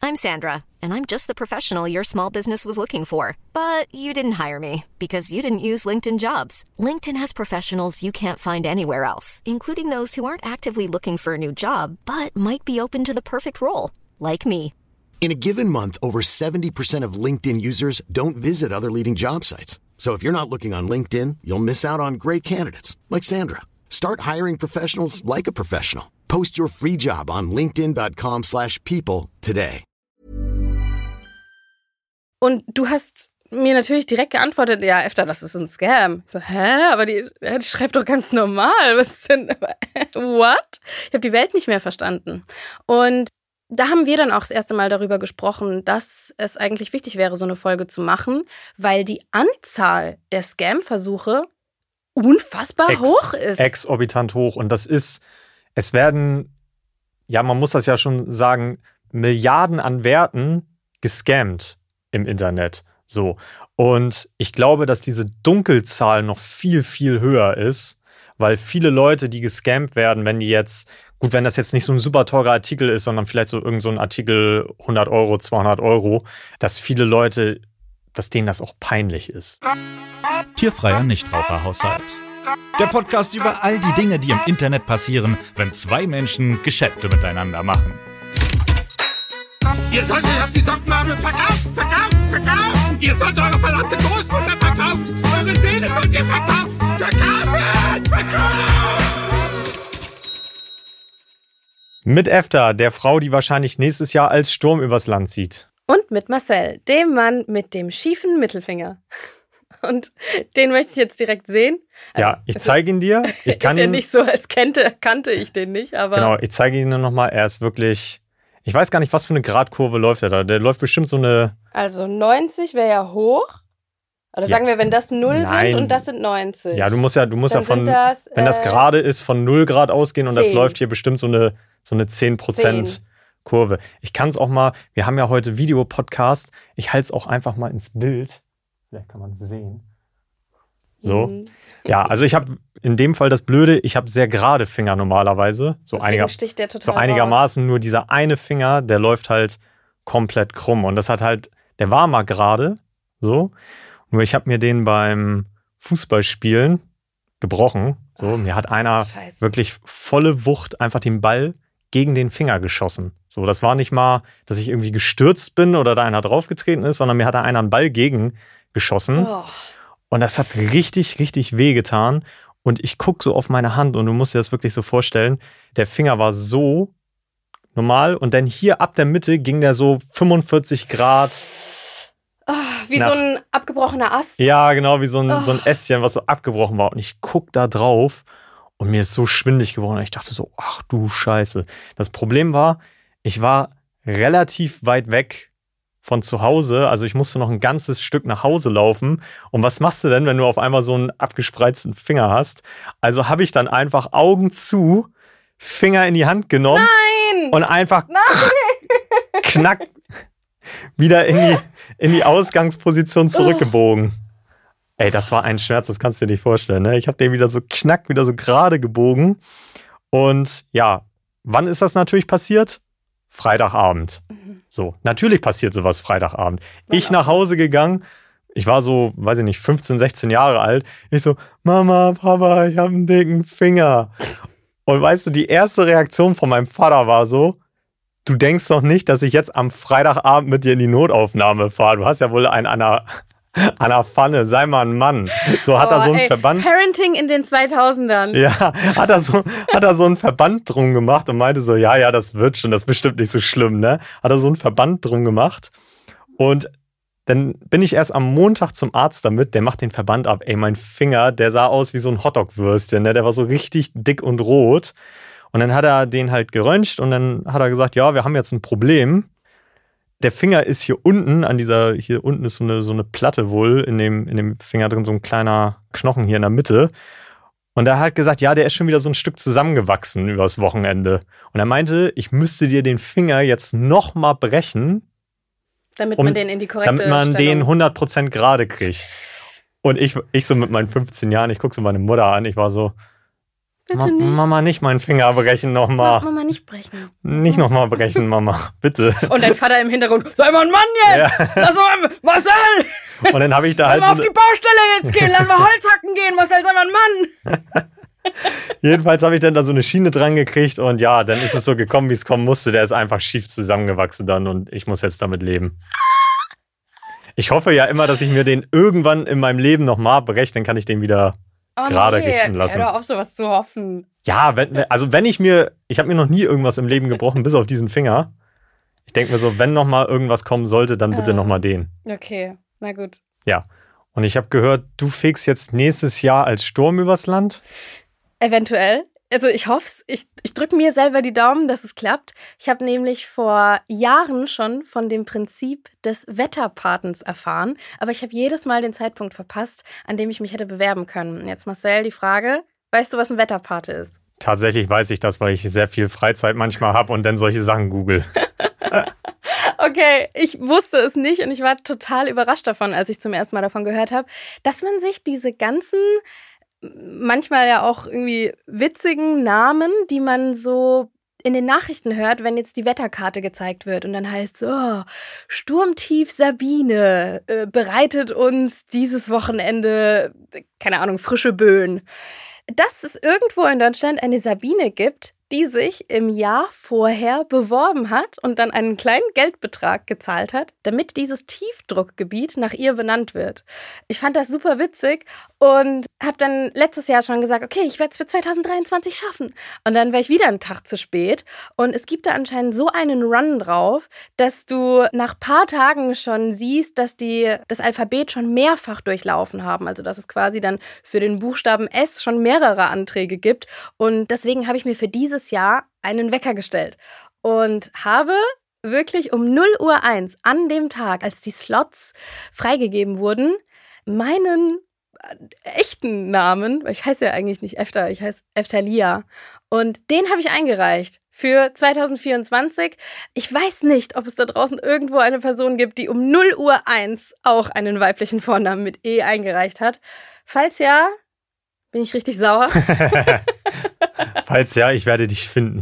I'm Sandra, and I'm just the professional your small business was looking for. But you didn't hire me because you didn't use LinkedIn Jobs. LinkedIn has professionals you can't find anywhere else, including those who aren't actively looking for a new job, but might be open to the perfect role, like me. In a given month, over 70% of LinkedIn users don't visit other leading job sites. So if you're not looking on LinkedIn, you'll miss out on great candidates like Sandra. Start hiring professionals like a professional. Post your free job on linkedin.com/people today. Und du hast mir natürlich direkt geantwortet, ja, Efta, das ist ein Scam. Ich so, aber die schreibt doch ganz normal. Was ist denn, what? Ich habe die Welt nicht mehr verstanden. Und da haben wir dann auch das erste Mal darüber gesprochen, dass es eigentlich wichtig wäre, so eine Folge zu machen, weil die Anzahl der Scam-Versuche unfassbar hoch ist. Exorbitant hoch. Und es werden, ja, man muss das ja schon sagen, Milliarden an Werten gescammt im Internet. So. Und ich glaube, dass diese Dunkelzahl noch viel, viel höher ist, weil viele Leute, die gescammt werden, wenn das jetzt nicht so ein super teurer Artikel ist, sondern vielleicht so irgend so ein Artikel 100 Euro, 200 Euro, dass viele Leute, dass denen das auch peinlich ist. Tierfreier Nichtraucherhaushalt. Der Podcast über all die Dinge, die im Internet passieren, wenn zwei Menschen Geschäfte miteinander machen. Ihr solltet auf die Sockenmarmel verkaufen! Ihr sollt eure verdammte Großmutter verkaufen! Eure Seele sollt ihr verkaufen! Verkaufen! Mit Efta, der Frau, die wahrscheinlich nächstes Jahr als Sturm übers Land zieht. Und mit Marcel, dem Mann mit dem schiefen Mittelfinger. Und den möchte ich jetzt direkt sehen. Also, ja, ich zeige ihn dir. Ist ja nicht so, als kannte ich den nicht, aber... Genau, ich zeige ihn nur nochmal. Er ist wirklich... Ich weiß gar nicht, was für eine Gradkurve läuft er da. Der läuft bestimmt so eine... Also 90 wäre ja hoch. Oder sagen wir, wenn das 0 sind und das sind 90. Ja, du musst ja von... wenn das gerade ist, von 0 Grad ausgehen und 10. das läuft hier bestimmt so eine 10% Kurve. Ich kann es auch mal... Wir haben ja heute Videopodcast. Ich halte es auch einfach mal ins Bild. Vielleicht kann man es sehen. So. Mhm. Ja, also ich habe in dem Fall das Blöde, ich habe sehr gerade Finger normalerweise. Sticht der total einigermaßen raus. Nur dieser eine Finger, der läuft halt komplett krumm. Und das hat halt, der war mal gerade, so. Nur ich habe mir den beim Fußballspielen gebrochen. So, mir hat einer wirklich volle Wucht einfach den Ball gegen den Finger geschossen. So, das war nicht mal, dass ich irgendwie gestürzt bin oder da einer draufgetreten ist, sondern mir hat da einer einen Ball gegen geschossen. Oh. Und das hat richtig, richtig wehgetan. Und ich gucke so auf meine Hand und du musst dir das wirklich so vorstellen, der Finger war so normal und dann hier ab der Mitte ging der so 45 Grad. Oh, wie so ein abgebrochener Ast. Ja, genau, wie so ein Ästchen, was so abgebrochen war. Und ich gucke da drauf und mir ist so schwindelig geworden. Und ich dachte so, ach du Scheiße. Das Problem war, ich war relativ weit weg von zu Hause. Also ich musste noch ein ganzes Stück nach Hause laufen. Und was machst du denn, wenn du auf einmal so einen abgespreizten Finger hast? Also habe ich dann einfach Augen zu, Finger in die Hand genommen. Nein! Und einfach knack wieder in die Ausgangsposition zurückgebogen. Ey, das war ein Schmerz, das kannst du dir nicht vorstellen. Ne? Ich habe den wieder so gerade gebogen. Und ja, wann ist das natürlich passiert? Freitagabend. So, natürlich passiert sowas Freitagabend. Ich nach Hause gegangen, ich war so, weiß ich nicht, 15, 16 Jahre alt. Ich so, Mama, Papa, ich habe einen dicken Finger. Und weißt du, die erste Reaktion von meinem Vater war so, du denkst doch nicht, dass ich jetzt am Freitagabend mit dir in die Notaufnahme fahre. Du hast ja wohl einen an der Pfanne, sei mal ein Mann. So hat er so einen Verband. Parenting in den 2000ern. Ja, hat er so einen Verband drum gemacht und meinte so, ja, das wird schon, das ist bestimmt nicht so schlimm, ne? Hat er so einen Verband drum gemacht und dann bin ich erst am Montag zum Arzt damit, der macht den Verband ab. Ey, mein Finger, der sah aus wie so ein Hotdog-Würstchen, ne? Der war so richtig dick und rot. Und dann hat er den halt geröntgt und dann hat er gesagt, ja, wir haben jetzt ein Problem. Der Finger ist hier unten, hier unten ist so eine Platte wohl in dem Finger drin, so ein kleiner Knochen hier in der Mitte. Und er hat gesagt, ja, der ist schon wieder so ein Stück zusammengewachsen übers Wochenende. Und er meinte, ich müsste dir den Finger jetzt nochmal brechen, damit man den in die korrekte damit man Stellung... den 100% gerade kriegt. Und ich so mit meinen 15 Jahren, ich gucke so meine Mutter an, ich war so, Bitte nicht. Mama, nicht meinen Finger brechen nochmal. Mama, nicht brechen. Nicht nochmal brechen, Mama. Bitte. Und dein Vater im Hintergrund, sei mal ein Mann jetzt! Ja. Lass mal, Marcel! Und dann habe ich da Lass halt mal auf so, die Baustelle jetzt gehen, lass mal Holz hacken gehen, Marcel, sei mal ein Mann! jedenfalls habe ich dann da so eine Schiene dran gekriegt und ja, dann ist es so gekommen, wie es kommen musste. Der ist einfach schief zusammengewachsen dann und ich muss jetzt damit leben. Ich hoffe ja immer, dass ich mir den irgendwann in meinem Leben nochmal breche, dann kann ich den wieder gerade richten lassen. Hör doch auf, sowas zu hoffen. Ja, ich habe mir noch nie irgendwas im Leben gebrochen, bis auf diesen Finger. Ich denke mir so, wenn nochmal irgendwas kommen sollte, dann bitte nochmal den. Okay, na gut. Ja, und ich habe gehört, du fegst jetzt nächstes Jahr als Sturm übers Land? Eventuell. Also ich hoffe es. Ich drücke mir selber die Daumen, dass es klappt. Ich habe nämlich vor Jahren schon von dem Prinzip des Wetterpatens erfahren. Aber ich habe jedes Mal den Zeitpunkt verpasst, an dem ich mich hätte bewerben können. Und jetzt, Marcel, die Frage, weißt du, was ein Wetterpate ist? Tatsächlich weiß ich das, weil ich sehr viel Freizeit manchmal habe und dann solche Sachen google. Okay, ich wusste es nicht und ich war total überrascht davon, als ich zum ersten Mal davon gehört habe, dass man sich diese ganzen, manchmal ja auch irgendwie witzigen Namen, die man so in den Nachrichten hört, wenn jetzt die Wetterkarte gezeigt wird und dann heißt so, oh, Sturmtief Sabine bereitet uns dieses Wochenende, keine Ahnung, frische Böen. Dass es irgendwo in Deutschland eine Sabine gibt, die sich im Jahr vorher beworben hat und dann einen kleinen Geldbetrag gezahlt hat, damit dieses Tiefdruckgebiet nach ihr benannt wird. Ich fand das super witzig und habe dann letztes Jahr schon gesagt, okay, ich werde es für 2023 schaffen. Und dann war ich wieder einen Tag zu spät und es gibt da anscheinend so einen Run drauf, dass du nach ein paar Tagen schon siehst, dass die das Alphabet schon mehrfach durchlaufen haben. Also dass es quasi dann für den Buchstaben S schon mehrere Anträge gibt. Und deswegen habe ich mir für dieses Jahr einen Wecker gestellt und habe wirklich um 0:01 Uhr an dem Tag, als die Slots freigegeben wurden, meinen echten Namen, weil ich heiße ja eigentlich nicht Efta, ich heiße Eftalia, und den habe ich eingereicht für 2024. Ich weiß nicht, ob es da draußen irgendwo eine Person gibt, die um 0:01 Uhr auch einen weiblichen Vornamen mit E eingereicht hat. Falls ja, bin ich richtig sauer. Falls ja, ich werde dich finden.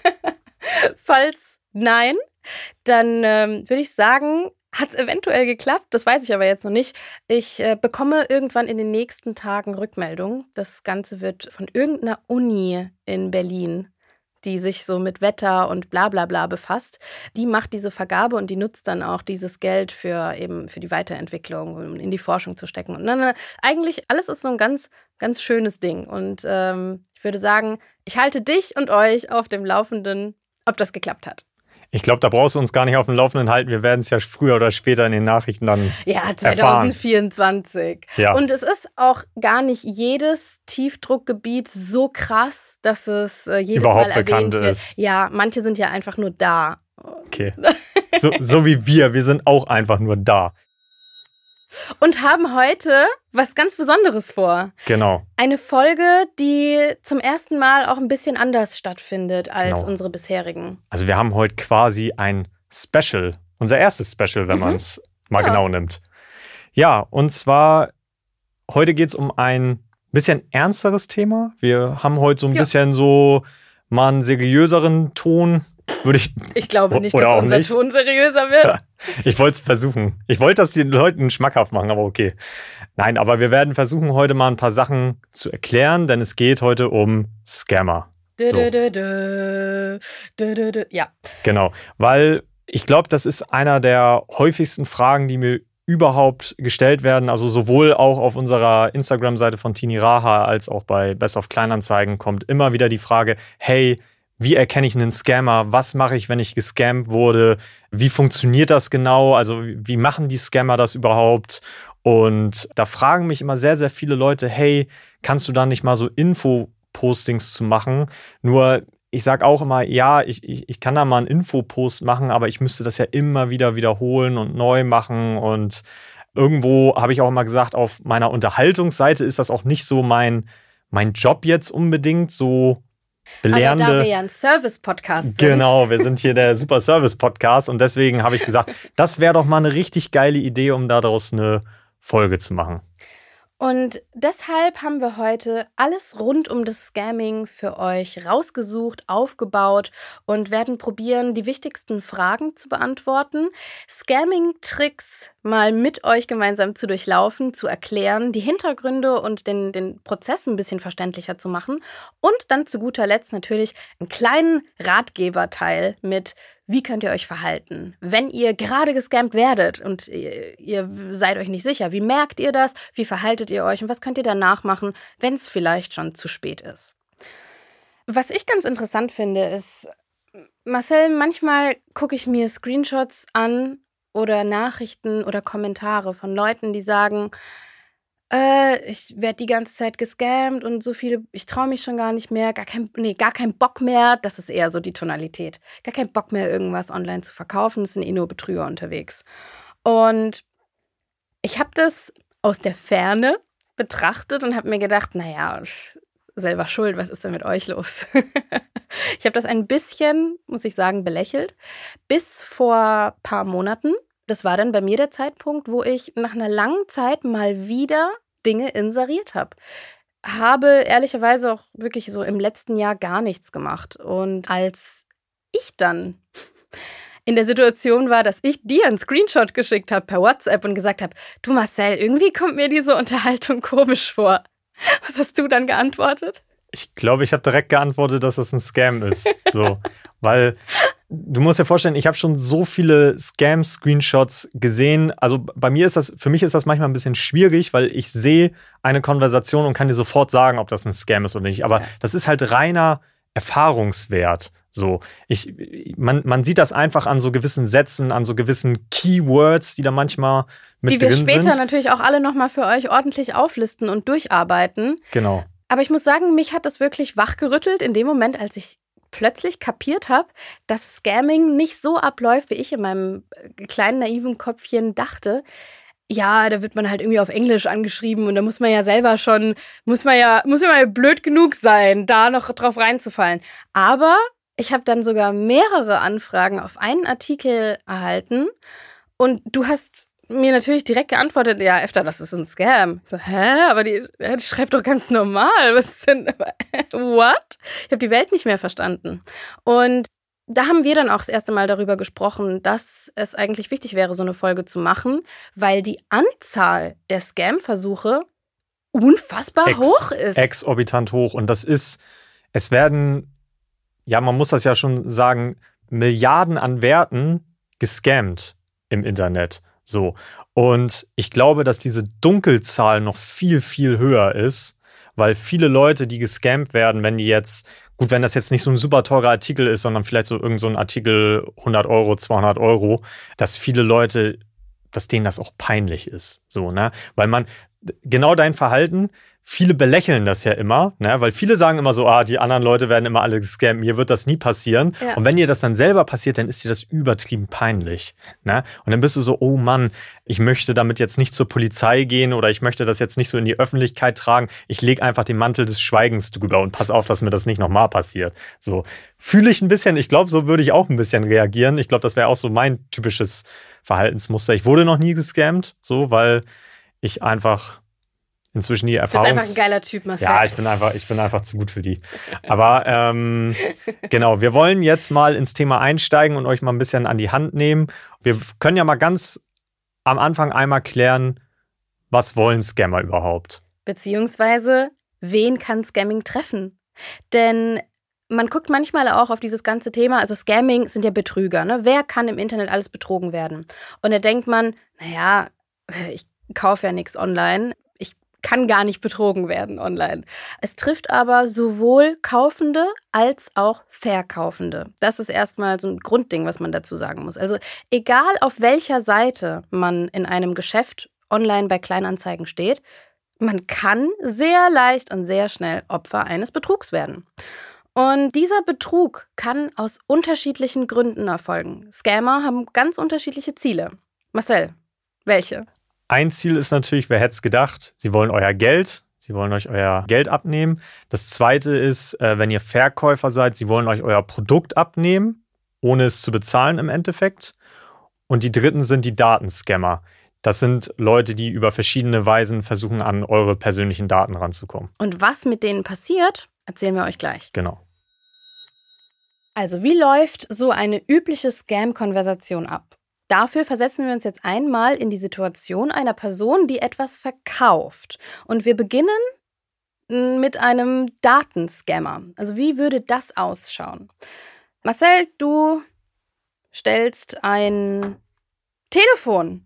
Falls nein, dann würde ich sagen, hat es eventuell geklappt. Das weiß ich aber jetzt noch nicht. Ich bekomme irgendwann in den nächsten Tagen Rückmeldung. Das Ganze wird von irgendeiner Uni in Berlin, die sich so mit Wetter und bla bla bla befasst. Die macht diese Vergabe und die nutzt dann auch dieses Geld für die Weiterentwicklung, um in die Forschung zu stecken. Und dann eigentlich alles ist so ein ganz, ganz schönes Ding. Und ich würde sagen, ich halte dich und euch auf dem Laufenden, ob das geklappt hat. Ich glaube, da brauchst du uns gar nicht auf dem Laufenden halten. Wir werden es ja früher oder später in den Nachrichten dann Ja, 2024. Ja. Und es ist auch gar nicht jedes Tiefdruckgebiet so krass, dass es jedes überhaupt Mal erwähnt bekannt wird. ist. Ja, manche sind ja einfach nur da. Okay. So wie wir sind auch einfach nur da. Und haben heute was ganz Besonderes vor. Genau. Eine Folge, die zum ersten Mal auch ein bisschen anders stattfindet als unsere bisherigen. Also wir haben heute quasi ein Special, unser erstes Special, wenn man es mal genau nimmt. Ja, und zwar, heute geht es um ein bisschen ernsteres Thema. Wir haben heute so ein bisschen so mal einen seriöseren Ton. Ich glaube nicht, oder dass unser nicht. Ton seriöser wird. Ja, ich wollte es versuchen. Ich wollte das den Leuten schmackhaft machen, aber okay. Nein, aber wir werden versuchen, heute mal ein paar Sachen zu erklären, denn es geht heute um Scammer. So. Ja. Genau, weil ich glaube, das ist einer der häufigsten Fragen, die mir überhaupt gestellt werden. Also sowohl auch auf unserer Instagram-Seite von Tini Raha als auch bei Best of Kleinanzeigen kommt immer wieder die Frage, hey, wie erkenne ich einen Scammer? Was mache ich, wenn ich gescammt wurde? Wie funktioniert das genau? Also wie machen die Scammer das überhaupt? Und da fragen mich immer sehr, sehr viele Leute, hey, kannst du da nicht mal so Info-Postings zu machen? Nur ich sage auch immer, ja, ich kann da mal einen Infopost machen, aber ich müsste das ja immer wieder wiederholen und neu machen. Und irgendwo habe ich auch immer gesagt, auf meiner Unterhaltungsseite ist das auch nicht so mein Job jetzt unbedingt, so belehrende. Aber da wir ja ein Service-Podcast sind. Genau, wir sind hier der Super Service-Podcast und deswegen habe ich gesagt, das wäre doch mal eine richtig geile Idee, um daraus eine Folge zu machen. Und deshalb haben wir heute alles rund um das Scamming für euch rausgesucht, aufgebaut und werden probieren, die wichtigsten Fragen zu beantworten, Scamming-Tricks mal mit euch gemeinsam zu durchlaufen, zu erklären, die Hintergründe und den Prozess ein bisschen verständlicher zu machen und dann zu guter Letzt natürlich einen kleinen Ratgeberteil mit: Wie könnt ihr euch verhalten, wenn ihr gerade gescammt werdet und ihr seid euch nicht sicher? Wie merkt ihr das? Wie verhaltet ihr euch? Und was könnt ihr danach machen, wenn es vielleicht schon zu spät ist? Was ich ganz interessant finde, ist, Marcel, manchmal gucke ich mir Screenshots an oder Nachrichten oder Kommentare von Leuten, die sagen: Ich werde die ganze Zeit gescammt und so viele, ich traue mich schon gar nicht mehr, gar kein Bock mehr. Das ist eher so die Tonalität. Gar kein Bock mehr, irgendwas online zu verkaufen. Es sind nur Betrüger unterwegs. Und ich habe das aus der Ferne betrachtet und habe mir gedacht, naja, selber schuld, was ist denn mit euch los? Ich habe das ein bisschen, muss ich sagen, belächelt. Bis vor ein paar Monaten. Das war dann bei mir der Zeitpunkt, wo ich nach einer langen Zeit mal wieder Dinge inseriert habe. Habe ehrlicherweise auch wirklich so im letzten Jahr gar nichts gemacht. Und als ich dann in der Situation war, dass ich dir einen Screenshot geschickt habe per WhatsApp und gesagt habe: Du Marcel, irgendwie kommt mir diese Unterhaltung komisch vor. Was hast du dann geantwortet? Ich glaube, ich habe direkt geantwortet, dass das ein Scam ist. So, weil du musst dir vorstellen, ich habe schon so viele Scam-Screenshots gesehen. Also für mich ist das manchmal ein bisschen schwierig, weil ich sehe eine Konversation und kann dir sofort sagen, ob das ein Scam ist oder nicht. Aber das ist halt reiner Erfahrungswert. So, man sieht das einfach an so gewissen Sätzen, an so gewissen Keywords, die da manchmal mit drin sind. Die wir später natürlich auch alle nochmal für euch ordentlich auflisten und durcharbeiten. Genau. Aber ich muss sagen, mich hat das wirklich wachgerüttelt in dem Moment, als ich plötzlich kapiert habe, dass Scamming nicht so abläuft, wie ich in meinem kleinen naiven Köpfchen dachte. Ja, da wird man halt irgendwie auf Englisch angeschrieben und da muss man ja selber schon, muss man ja blöd genug sein, da noch drauf reinzufallen. Aber ich habe dann sogar mehrere Anfragen auf einen Artikel erhalten und du hast mir natürlich direkt geantwortet: Ja, Efta, das ist ein Scam. Ich so, aber die schreibt doch ganz normal. Was ist denn, what? Ich habe die Welt nicht mehr verstanden. Und da haben wir dann auch das erste Mal darüber gesprochen, dass es eigentlich wichtig wäre, so eine Folge zu machen, weil die Anzahl der Scam-Versuche unfassbar hoch ist. Exorbitant hoch. Und es werden, ja, man muss das ja schon sagen, Milliarden an Werten gescammt im Internet. So. Und ich glaube, dass diese Dunkelzahl noch viel, viel höher ist, weil viele Leute, die gescammt werden, wenn das jetzt nicht so ein super teurer Artikel ist, sondern vielleicht so irgend so ein Artikel 100 Euro, 200 Euro, dass viele Leute, dass denen das auch peinlich ist. So, ne? Weil genau dein Verhalten, viele belächeln das ja immer, ne? Weil viele sagen immer so, die anderen Leute werden immer alle gescammt, mir wird das nie passieren. Ja. Und wenn dir das dann selber passiert, dann ist dir das übertrieben peinlich. Ne? Und dann bist du so, oh Mann, ich möchte damit jetzt nicht zur Polizei gehen oder ich möchte das jetzt nicht so in die Öffentlichkeit tragen. Ich lege einfach den Mantel des Schweigens drüber und pass auf, dass mir das nicht nochmal passiert. So fühle ich ein bisschen, ich glaube, so würde ich auch ein bisschen reagieren. Ich glaube, das wäre auch so mein typisches Verhaltensmuster. Ich wurde noch nie gescammt, so, weil ich einfach inzwischen die Erfahrung. Du bist einfach ein geiler Typ, Marcel. Ja, ich bin einfach zu gut für die. Aber genau, wir wollen jetzt mal ins Thema einsteigen und euch mal ein bisschen an die Hand nehmen. Wir können ja mal ganz am Anfang einmal klären, was wollen Scammer überhaupt? Beziehungsweise, wen kann Scamming treffen? Denn man guckt manchmal auch auf dieses ganze Thema, also Scamming sind ja Betrüger, ne? Wer kann im Internet alles betrogen werden? Und da denkt man, naja, ich kaufe ja nichts online. Ich kann gar nicht betrogen werden online. Es trifft aber sowohl Kaufende als auch Verkaufende. Das ist erstmal so ein Grundding, was man dazu sagen muss. Also egal auf welcher Seite man in einem Geschäft online bei Kleinanzeigen steht, man kann sehr leicht und sehr schnell Opfer eines Betrugs werden. Und dieser Betrug kann aus unterschiedlichen Gründen erfolgen. Scammer haben ganz unterschiedliche Ziele. Marcel, welche? Ein Ziel ist natürlich, wer hätte es gedacht, sie wollen euer Geld, sie wollen euch euer Geld abnehmen. Das zweite ist, wenn ihr Verkäufer seid, sie wollen euch euer Produkt abnehmen, ohne es zu bezahlen im Endeffekt. Und die dritten sind die Datenscammer. Das sind Leute, die über verschiedene Weisen versuchen, an eure persönlichen Daten ranzukommen. Und was mit denen passiert, erzählen wir euch gleich. Genau. Also, wie läuft so eine übliche Scam-Konversation ab? Dafür versetzen wir uns jetzt einmal in die Situation einer Person, die etwas verkauft. Und wir beginnen mit einem Datenscammer. Also, wie würde das ausschauen? Marcel, du stellst ein Telefon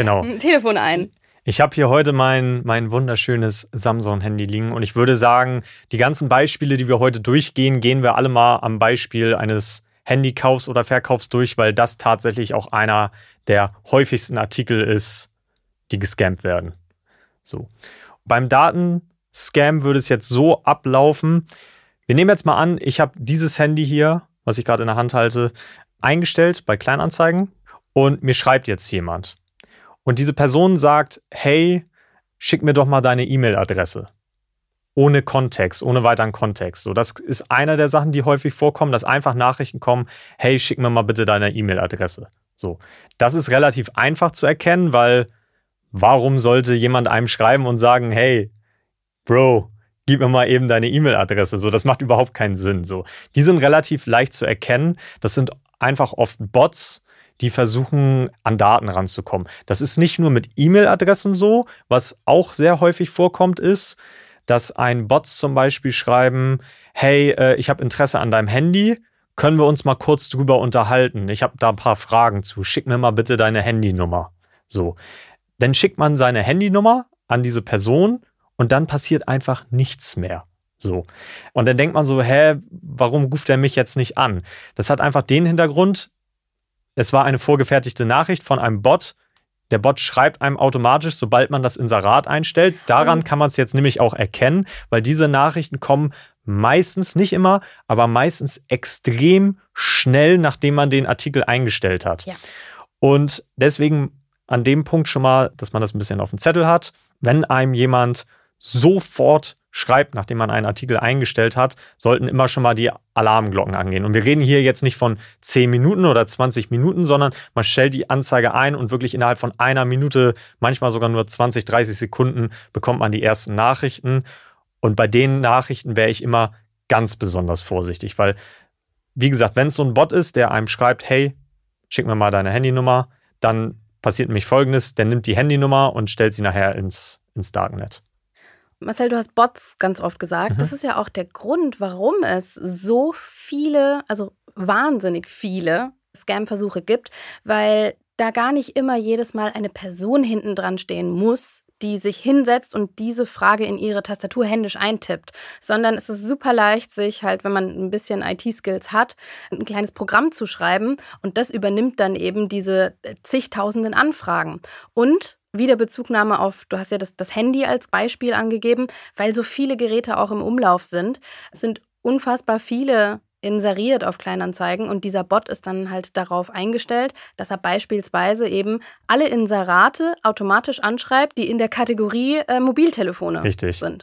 ein. Ich habe hier heute mein wunderschönes Samsung-Handy liegen und ich würde sagen, die ganzen Beispiele, die wir heute durchgehen, gehen wir alle mal am Beispiel eines Handykaufs oder Verkaufs durch, weil das tatsächlich auch einer der häufigsten Artikel ist, die gescammt werden. So. Beim Datenscam würde es jetzt so ablaufen. Wir nehmen jetzt mal an, ich habe dieses Handy hier, was ich gerade in der Hand halte, eingestellt bei Kleinanzeigen und mir schreibt jetzt jemand. Und diese Person sagt, hey, schick mir doch mal deine E-Mail-Adresse. Ohne Kontext, ohne weiteren Kontext. So, das ist einer der Sachen, die häufig vorkommen, dass einfach Nachrichten kommen, hey, schick mir mal bitte deine E-Mail-Adresse. So, das ist relativ einfach zu erkennen, weil warum sollte jemand einem schreiben und sagen, hey, Bro, gib mir mal eben deine E-Mail-Adresse. So, das macht überhaupt keinen Sinn. So, die sind relativ leicht zu erkennen. Das sind einfach oft Bots, die versuchen, an Daten ranzukommen. Das ist nicht nur mit E-Mail-Adressen so, was auch sehr häufig vorkommt, ist, dass ein Bots zum Beispiel schreiben, hey, ich habe Interesse an deinem Handy, können wir uns mal kurz drüber unterhalten? Ich habe da ein paar Fragen zu, schick mir mal bitte deine Handynummer. So, dann schickt man seine Handynummer an diese Person und dann passiert einfach nichts mehr. So. Und dann denkt man so, warum ruft er mich jetzt nicht an? Das hat einfach den Hintergrund, es war eine vorgefertigte Nachricht von einem Bot. Der Bot schreibt einem automatisch, sobald man das Inserat einstellt. Daran kann man es jetzt nämlich auch erkennen, weil diese Nachrichten kommen meistens, nicht immer, aber meistens extrem schnell, nachdem man den Artikel eingestellt hat. Ja. Und deswegen an dem Punkt schon mal, dass man das ein bisschen auf dem Zettel hat, wenn einem jemand sofort schreibt, nachdem man einen Artikel eingestellt hat, sollten immer schon mal die Alarmglocken angehen. Und wir reden hier jetzt nicht von 10 Minuten oder 20 Minuten, sondern man stellt die Anzeige ein und wirklich innerhalb von einer Minute, manchmal sogar nur 20, 30 Sekunden, bekommt man die ersten Nachrichten. Und bei den Nachrichten wäre ich immer ganz besonders vorsichtig, weil, wie gesagt, wenn es so ein Bot ist, der einem schreibt, hey, schick mir mal deine Handynummer, dann passiert nämlich Folgendes, der nimmt die Handynummer und stellt sie nachher ins Darknet. Marcel, du hast Bots ganz oft gesagt. Das ist ja auch der Grund, warum es so viele, also wahnsinnig viele Scam-Versuche gibt, weil da gar nicht immer jedes Mal eine Person hinten dran stehen muss, die sich hinsetzt und diese Frage in ihre Tastatur händisch eintippt, sondern es ist super leicht, sich halt, wenn man ein bisschen IT-Skills hat, ein kleines Programm zu schreiben und das übernimmt dann eben diese zigtausenden Anfragen. Und wieder Bezugnahme auf, du hast ja das Handy als Beispiel angegeben, weil so viele Geräte auch im Umlauf sind. Es sind unfassbar viele inseriert auf Kleinanzeigen und dieser Bot ist dann halt darauf eingestellt, dass er beispielsweise eben alle Inserate automatisch anschreibt, die in der Kategorie Mobiltelefone sind.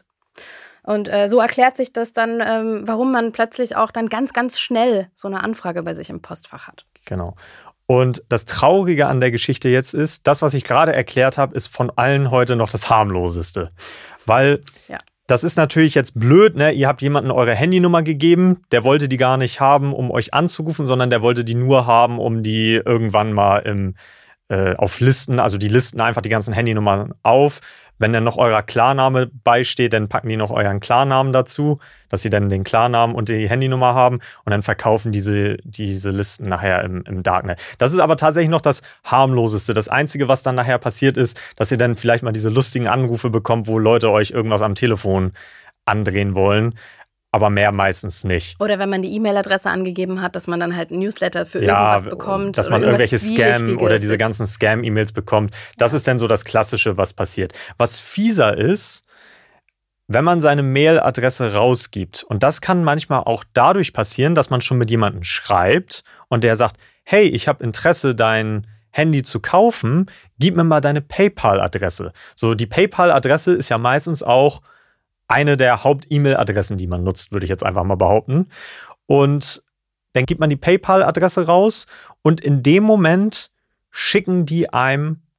Und so erklärt sich das dann, warum man plötzlich auch dann ganz, ganz schnell so eine Anfrage bei sich im Postfach hat. Genau. Und das Traurige an der Geschichte jetzt ist, das, was ich gerade erklärt habe, ist von allen heute noch das harmloseste. Weil das ist natürlich jetzt blöd, ne? Ihr habt jemandem eure Handynummer gegeben, der wollte die gar nicht haben, um euch anzurufen, sondern der wollte die nur haben, um die irgendwann mal auf Listen, also die listen einfach die ganzen Handynummern auf. Wenn dann noch euer Klarname beisteht, dann packen die noch euren Klarnamen dazu, dass sie dann den Klarnamen und die Handynummer haben und dann verkaufen diese Listen nachher im Darknet. Das ist aber tatsächlich noch das harmloseste. Das Einzige, was dann nachher passiert ist, dass ihr dann vielleicht mal diese lustigen Anrufe bekommt, wo Leute euch irgendwas am Telefon andrehen wollen. Aber mehr meistens nicht. Oder wenn man die E-Mail-Adresse angegeben hat, dass man dann halt ein Newsletter für irgendwas bekommt. Dass man irgendwelche Scam oder diese ganzen Scam-E-Mails bekommt. Das ist dann so das Klassische, was passiert. Was fieser ist, wenn man seine Mail-Adresse rausgibt. Und das kann manchmal auch dadurch passieren, dass man schon mit jemandem schreibt und der sagt, hey, ich habe Interesse, dein Handy zu kaufen, gib mir mal deine PayPal-Adresse. So, die PayPal-Adresse ist ja meistens auch eine der Haupt-E-Mail-Adressen, die man nutzt, würde ich jetzt einfach mal behaupten. Und dann gibt man die PayPal-Adresse raus und in dem Moment schicken die einem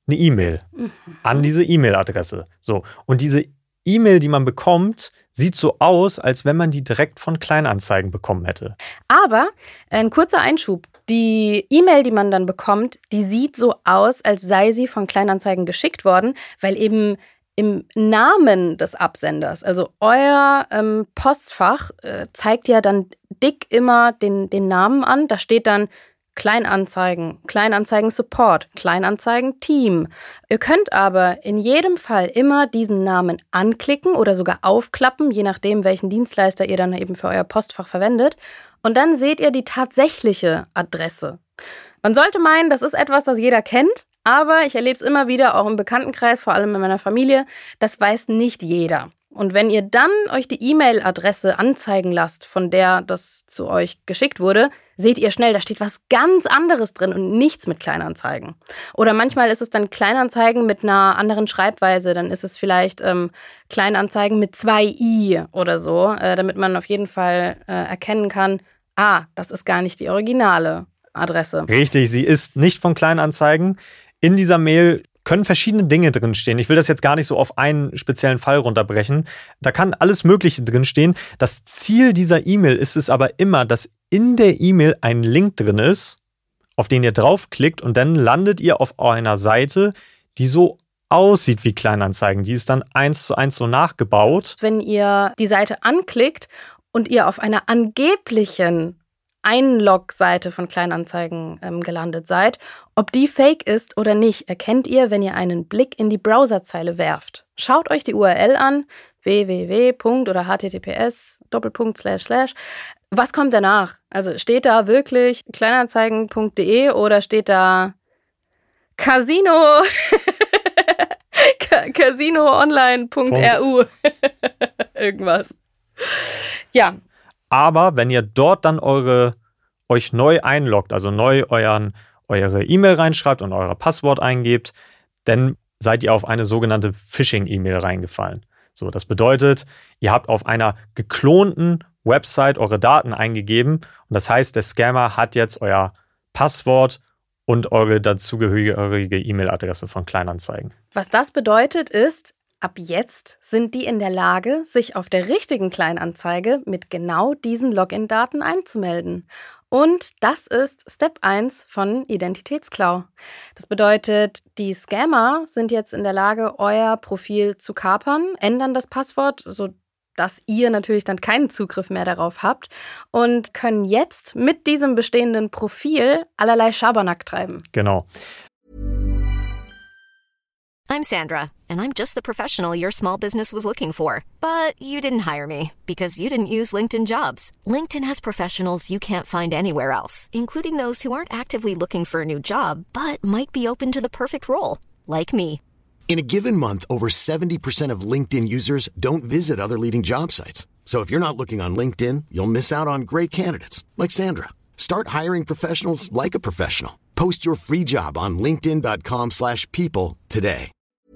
eine E-Mail an diese E-Mail-Adresse. So. Und diese E-Mail, die man bekommt, sieht so aus, als wenn man die direkt von Kleinanzeigen bekommen hätte. Aber ein kurzer Einschub. Die E-Mail, die man dann bekommt, die sieht so aus, als sei sie von Kleinanzeigen geschickt worden, weil eben im Namen des Absenders, also euer Postfach, zeigt ja dann dick immer den Namen an. Da steht dann Kleinanzeigen, Kleinanzeigen Support, Kleinanzeigen Team. Ihr könnt aber in jedem Fall immer diesen Namen anklicken oder sogar aufklappen, je nachdem, welchen Dienstleister ihr dann eben für euer Postfach verwendet. Und dann seht ihr die tatsächliche Adresse. Man sollte meinen, das ist etwas, das jeder kennt, aber ich erlebe es immer wieder, auch im Bekanntenkreis, vor allem in meiner Familie, das weiß nicht jeder. Und wenn ihr dann euch die E-Mail-Adresse anzeigen lasst, von der das zu euch geschickt wurde, seht ihr schnell, da steht was ganz anderes drin und nichts mit Kleinanzeigen. Oder manchmal ist es dann Kleinanzeigen mit einer anderen Schreibweise. Dann ist es vielleicht Kleinanzeigen mit 2 I oder so, damit man auf jeden Fall erkennen kann, das ist gar nicht die originale Adresse. Richtig, sie ist nicht von Kleinanzeigen. In dieser Mail können verschiedene Dinge drinstehen. Ich will das jetzt gar nicht so auf einen speziellen Fall runterbrechen. Da kann alles Mögliche drinstehen. Das Ziel dieser E-Mail ist es aber immer, dass in der E-Mail ein Link drin ist, auf den ihr draufklickt und dann landet ihr auf einer Seite, die so aussieht wie Kleinanzeigen. Die ist dann 1:1 so nachgebaut. Wenn ihr die Seite anklickt und ihr auf einer angeblichen Einlog-Seite von Kleinanzeigen gelandet seid, ob die fake ist oder nicht, erkennt ihr, wenn ihr einen Blick in die Browserzeile werft. Schaut euch die URL an, www. oder https:// Was kommt danach? Also steht da wirklich kleinanzeigen.de oder steht da Casino casinoonline.ru irgendwas. Ja. Aber wenn ihr dort dann euch neu einloggt, also neu eure E-Mail reinschreibt und euer Passwort eingebt, dann seid ihr auf eine sogenannte Phishing-E-Mail reingefallen. So, das bedeutet, ihr habt auf einer geklonten Website eure Daten eingegeben und das heißt, der Scammer hat jetzt euer Passwort und eure dazugehörige E-Mail-Adresse von Kleinanzeigen. Was das bedeutet ist, ab jetzt sind die in der Lage, sich auf der richtigen Kleinanzeige mit genau diesen Login-Daten einzumelden. Und das ist Step 1 von Identitätsklau. Das bedeutet, die Scammer sind jetzt in der Lage, euer Profil zu kapern, ändern das Passwort, sodass ihr natürlich dann keinen Zugriff mehr darauf habt und können jetzt mit diesem bestehenden Profil allerlei Schabernack treiben. Genau. I'm Sandra, and I'm just the professional your small business was looking for. But you didn't hire me because you didn't use LinkedIn Jobs. LinkedIn has professionals you can't find anywhere else, including those who aren't actively looking for a new job, but might be open to the perfect role, like me. In a given month, over 70% of LinkedIn users don't visit other leading job sites. So if you're not looking on LinkedIn, you'll miss out on great candidates like Sandra. Start hiring professionals like a professional. Post your free job on linkedin.com/people today.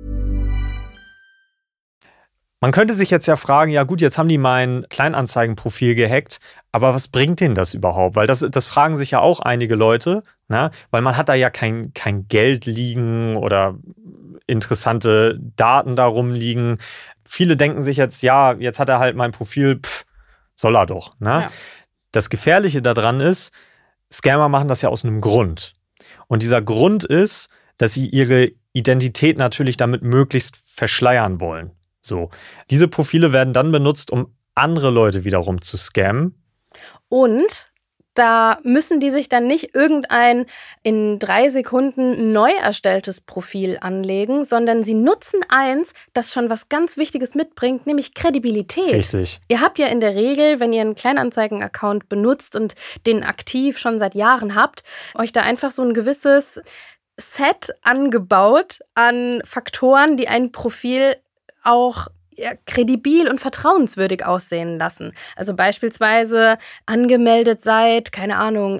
Man könnte sich jetzt ja fragen, ja gut, jetzt haben die mein Kleinanzeigenprofil gehackt, aber was bringt denen das überhaupt? Weil das fragen sich ja auch einige Leute, ne? Weil man hat da ja kein Geld liegen oder interessante Daten darum liegen. Viele denken sich jetzt, ja, jetzt hat er halt mein Profil, soll er doch. Ne? Ja. Das Gefährliche daran ist, Scammer machen das ja aus einem Grund. Und dieser Grund ist, dass sie ihre Identität natürlich damit möglichst verschleiern wollen. So. Diese Profile werden dann benutzt, um andere Leute wiederum zu scammen. Und da müssen die sich dann nicht irgendein in 3 Sekunden neu erstelltes Profil anlegen, sondern sie nutzen eins, das schon was ganz Wichtiges mitbringt, nämlich Kredibilität. Richtig. Ihr habt ja in der Regel, wenn ihr einen Kleinanzeigen-Account benutzt und den aktiv schon seit Jahren habt, euch da einfach so ein gewisses Set angebaut an Faktoren, die ein Profil auch kredibil und vertrauenswürdig aussehen lassen. Also beispielsweise angemeldet seit, keine Ahnung,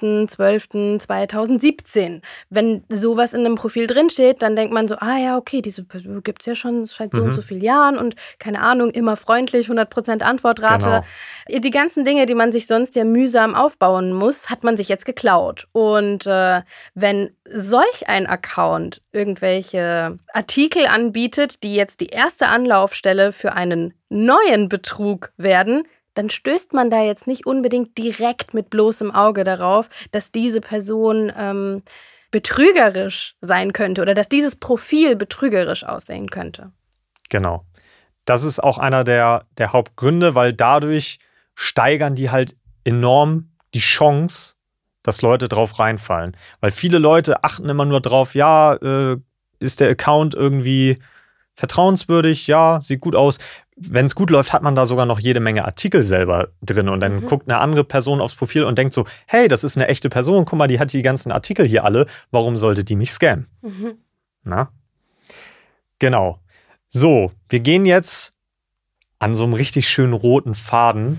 1.12.2017. Wenn sowas in einem Profil drinsteht, dann denkt man so, ja, okay, diese Person gibt es ja schon seit so und so vielen Jahren und keine Ahnung, immer freundlich, 100% Antwortrate. Genau. Die ganzen Dinge, die man sich sonst ja mühsam aufbauen muss, hat man sich jetzt geklaut. Und wenn solch ein Account irgendwelche Artikel anbietet, die jetzt die erste Anlaufstelle für einen neuen Betrug werden, dann stößt man da jetzt nicht unbedingt direkt mit bloßem Auge darauf, dass diese Person betrügerisch sein könnte oder dass dieses Profil betrügerisch aussehen könnte. Genau. Das ist auch einer der Hauptgründe, weil dadurch steigern die halt enorm die Chance, dass Leute drauf reinfallen. Weil viele Leute achten immer nur drauf, ist der Account irgendwie vertrauenswürdig? Ja, sieht gut aus. Wenn es gut läuft, hat man da sogar noch jede Menge Artikel selber drin und dann guckt eine andere Person aufs Profil und denkt so, hey, das ist eine echte Person, guck mal, die hat die ganzen Artikel hier alle, warum sollte die mich scammen? Na? Genau. So, wir gehen jetzt an so einem richtig schönen roten Faden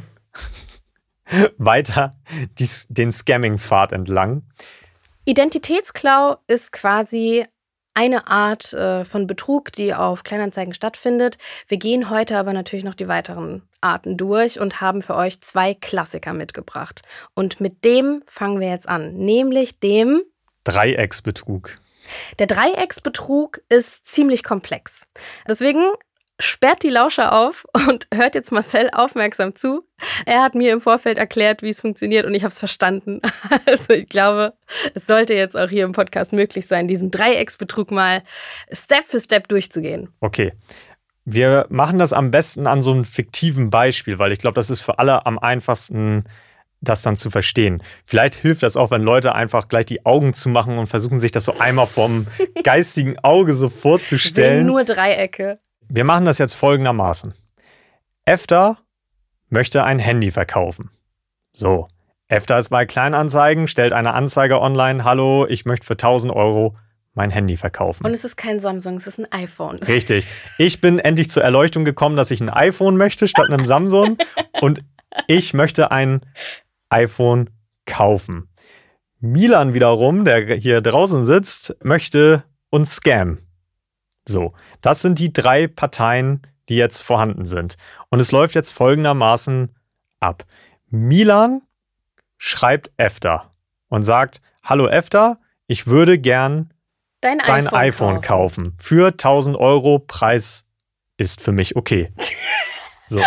weiter den Scamming-Pfad entlang. Identitätsklau ist quasi eine Art von Betrug, die auf Kleinanzeigen stattfindet. Wir gehen heute aber natürlich noch die weiteren Arten durch und haben für euch 2 Klassiker mitgebracht. Und mit dem fangen wir jetzt an, nämlich dem Dreiecksbetrug. Der Dreiecksbetrug ist ziemlich komplex. Deswegen sperrt die Lauscher auf und hört jetzt Marcel aufmerksam zu. Er hat mir im Vorfeld erklärt, wie es funktioniert und ich habe es verstanden. Also ich glaube, es sollte jetzt auch hier im Podcast möglich sein, diesen Dreiecksbetrug mal Step für Step durchzugehen. Okay, wir machen das am besten an so einem fiktiven Beispiel, weil ich glaube, das ist für alle am einfachsten, das dann zu verstehen. Vielleicht hilft das auch, wenn Leute einfach gleich die Augen zumachen und versuchen, sich das so einmal vom geistigen Auge so vorzustellen. Sehen nur Dreiecke. Wir machen das jetzt folgendermaßen. Efta möchte ein Handy verkaufen. So, Efta ist bei Kleinanzeigen, stellt eine Anzeige online. Hallo, ich möchte für 1.000 € mein Handy verkaufen. Und es ist kein Samsung, es ist ein iPhone. Richtig. Ich bin endlich zur Erleuchtung gekommen, dass ich ein iPhone möchte statt einem Samsung. Und ich möchte ein iPhone kaufen. Milan wiederum, der hier draußen sitzt, möchte uns scammen. So, das sind die 3 Parteien, die jetzt vorhanden sind. Und es läuft jetzt folgendermaßen ab. Milan schreibt Efta und sagt, hallo Efta, ich würde gern dein iPhone kaufen. Für 1.000 €, Preis ist für mich okay. So.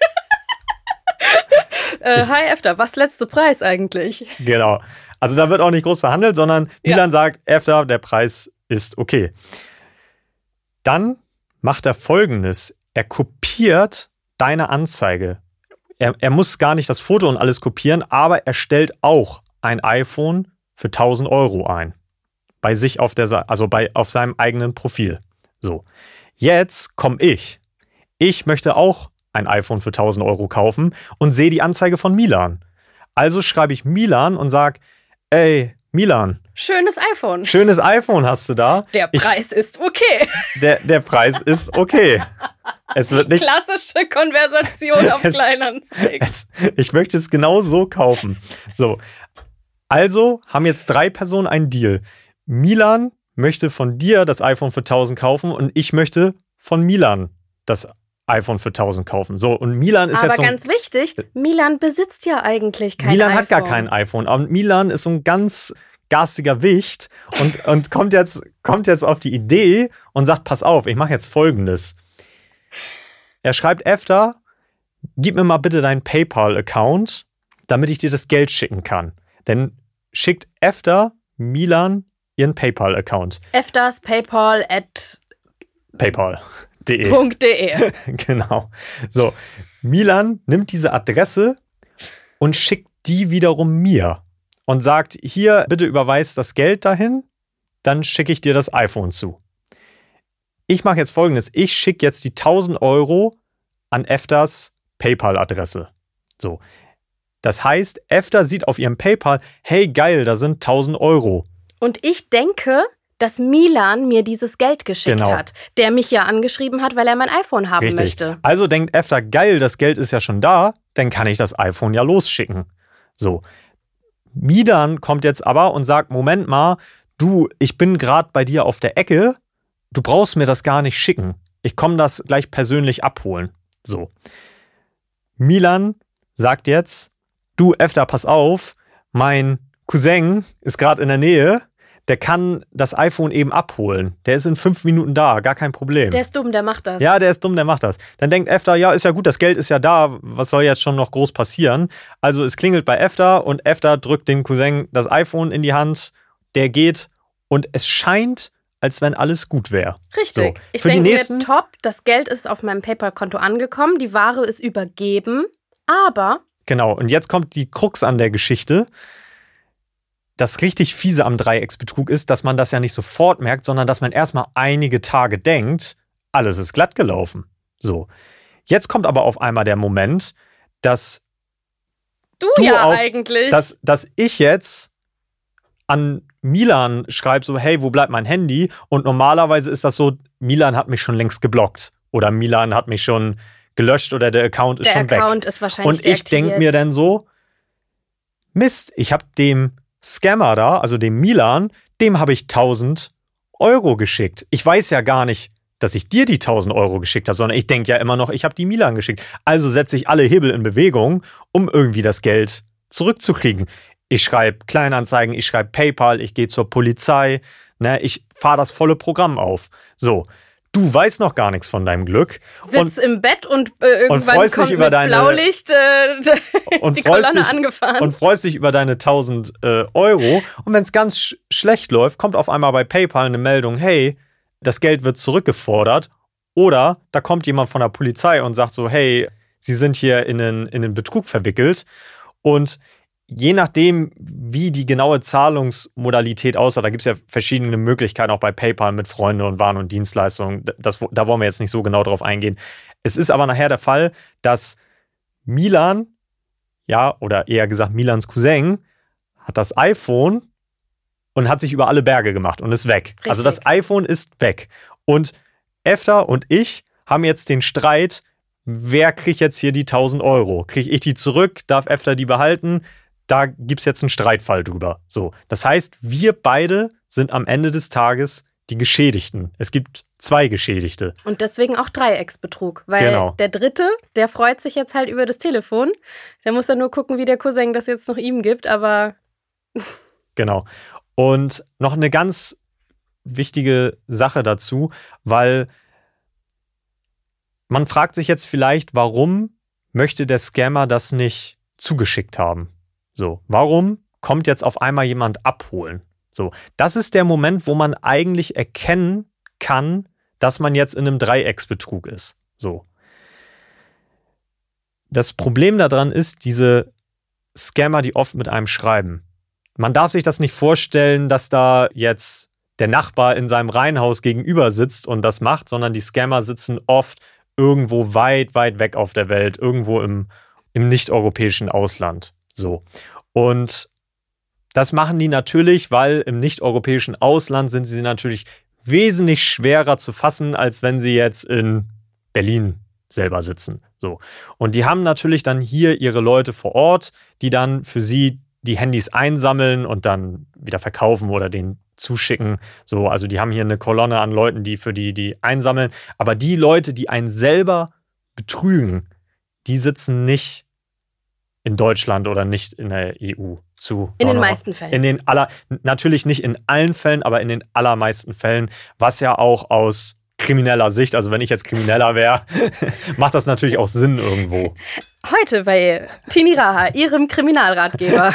Hi Efta, was letzte Preis eigentlich? Genau. Also da wird auch nicht groß verhandelt, sondern Milan sagt, Efta, der Preis ist okay. Dann macht er Folgendes. Er kopiert deine Anzeige. Er muss gar nicht das Foto und alles kopieren, aber er stellt auch ein iPhone für 1.000 € ein. Bei sich auf auf seinem eigenen Profil. So. Jetzt komme ich. Ich möchte auch ein iPhone für 1.000 € kaufen und sehe die Anzeige von Milan. Also schreibe ich Milan und sage, ey, Milan. Schönes iPhone. Schönes iPhone hast du da. Der Preis ist okay. Der Preis ist okay. Es wird nicht. Klassische Konversation auf Kleinanzeigen. Ich möchte es genau so kaufen. So. Also haben jetzt 3 Personen einen Deal. Milan möchte von dir das iPhone für 1.000 kaufen und ich möchte von Milan das iPhone für 1.000 kaufen. So, und Milan ist aber jetzt so ganz wichtig, Milan besitzt ja eigentlich kein Milan iPhone. Hat gar kein iPhone. Aber Milan ist so ein ganz garstiger Wicht und kommt jetzt auf die Idee und sagt, pass auf, ich mache jetzt Folgendes. Er schreibt Efta, gib mir mal bitte deinen PayPal-Account, damit ich dir das Geld schicken kann. Denn schickt Efta Milan ihren PayPal-Account. Eftas PayPal at PayPal.de. Genau. So, Milan nimmt diese Adresse und schickt die wiederum mir und sagt, hier, bitte überweis das Geld dahin, dann schicke ich dir das iPhone zu. Ich mache jetzt Folgendes, ich schicke jetzt die 1.000 € an Eftas PayPal-Adresse. So, das heißt, Efta sieht auf ihrem PayPal, hey geil, da sind 1.000 €. Und ich denke, dass Milan mir dieses Geld geschickt hat, der mich ja angeschrieben hat, weil er mein iPhone haben möchte. Also denkt Efter, geil, das Geld ist ja schon da, dann kann ich das iPhone ja losschicken. So. Milan kommt jetzt aber und sagt, Moment mal, du, ich bin gerade bei dir auf der Ecke, du brauchst mir das gar nicht schicken. Ich komme das gleich persönlich abholen. So. Milan sagt jetzt, du Efter, pass auf, mein Cousin ist gerade in der Nähe, der kann das iPhone eben abholen. Der ist in 5 Minuten da, gar kein Problem. Der ist dumm, der macht das. Ja, der ist dumm, der macht das. Dann denkt Efter, ja, ist ja gut, das Geld ist ja da, was soll jetzt schon noch groß passieren? Also es klingelt bei Efter und Efter drückt dem Cousin das iPhone in die Hand, der geht und es scheint, als wenn alles gut wäre. Richtig. So. Ich denke mir, top, das Geld ist auf meinem PayPal-Konto angekommen, die Ware ist übergeben, aber... Genau, und jetzt kommt die Krux an der Geschichte. Das richtig Fiese am Dreiecksbetrug ist, dass man das ja nicht sofort merkt, sondern dass man erstmal einige Tage denkt, alles ist glatt gelaufen. So. Jetzt kommt aber auf einmal der Moment, dass dass ich jetzt an Milan schreibe, so, hey, wo bleibt mein Handy? Und normalerweise ist das so, Milan hat mich schon längst geblockt oder Milan hat mich schon gelöscht oder der Account ist schon weg. Der Account ist wahrscheinlich Und ich denke mir dann so, Mist, ich habe dem Scammer da, also dem Milan, dem habe ich 1.000 Euro geschickt. Ich weiß ja gar nicht, dass ich dir die 1.000 Euro geschickt habe, sondern ich denke ja immer noch, ich habe die Milan geschickt. Also setze ich alle Hebel in Bewegung, um irgendwie das Geld zurückzukriegen. Ich schreibe Kleinanzeigen, ich schreibe PayPal, ich gehe zur Polizei, ne, ich fahre das volle Programm auf. So, du weißt noch gar nichts von deinem Glück. Sitzt im Bett und irgendwann kommt mit Blaulicht die Kolonne angefahren. Und freust dich über deine 1.000 Euro. Und wenn es ganz schlecht läuft, kommt auf einmal bei PayPal eine Meldung, hey, das Geld wird zurückgefordert. Oder da kommt jemand von der Polizei und sagt so, hey, Sie sind hier in einen Betrug verwickelt. Und je nachdem, wie die genaue Zahlungsmodalität aussah, da gibt es ja verschiedene Möglichkeiten, auch bei PayPal mit Freunde und Waren und Dienstleistungen. Da wollen wir jetzt nicht so genau drauf eingehen. Es ist aber nachher der Fall, dass Milan, ja, oder eher gesagt Milans Cousin, hat das iPhone und hat sich über alle Berge gemacht und ist weg. Richtig. Also das iPhone ist weg. Und Efter und ich haben jetzt den Streit, wer kriegt jetzt hier die 1.000 Euro? Kriege ich die zurück? Darf Efter die behalten? Da gibt es jetzt einen Streitfall drüber. So, das heißt, wir beide sind am Ende des Tages die Geschädigten. Es gibt 2 Geschädigte. Und deswegen auch Dreiecksbetrug. Weil der Dritte, der freut sich jetzt halt über das Telefon. Der muss dann nur gucken, wie der Cousin das jetzt noch ihm gibt, aber... Genau. Und noch eine ganz wichtige Sache dazu, weil man fragt sich jetzt vielleicht, warum möchte der Scammer das nicht zugeschickt haben? So, warum kommt jetzt auf einmal jemand abholen? So, das ist der Moment, wo man eigentlich erkennen kann, dass man jetzt in einem Dreiecksbetrug ist. So. Das Problem daran ist, diese Scammer, die oft mit einem schreiben. Man darf sich das nicht vorstellen, dass da jetzt der Nachbar in seinem Reihenhaus gegenüber sitzt und das macht, sondern die Scammer sitzen oft irgendwo weit, weit weg auf der Welt, irgendwo im nicht-europäischen Ausland. So. Und das machen die natürlich, weil im nicht-europäischen Ausland sind sie natürlich wesentlich schwerer zu fassen, als wenn sie jetzt in Berlin selber sitzen. So. Und die haben natürlich dann hier ihre Leute vor Ort, die dann für sie die Handys einsammeln und dann wieder verkaufen oder denen zuschicken. So, also die haben hier eine Kolonne an Leuten, die für die einsammeln. Aber die Leute, die einen selber betrügen, die sitzen nicht in Deutschland oder nicht in der EU zu. In den meisten Fällen. Natürlich nicht in allen Fällen, aber in den allermeisten Fällen, was ja auch aus krimineller Sicht, also wenn ich jetzt Krimineller wäre, macht das natürlich auch Sinn irgendwo. Heute bei Tini Raha, ihrem Kriminalratgeber.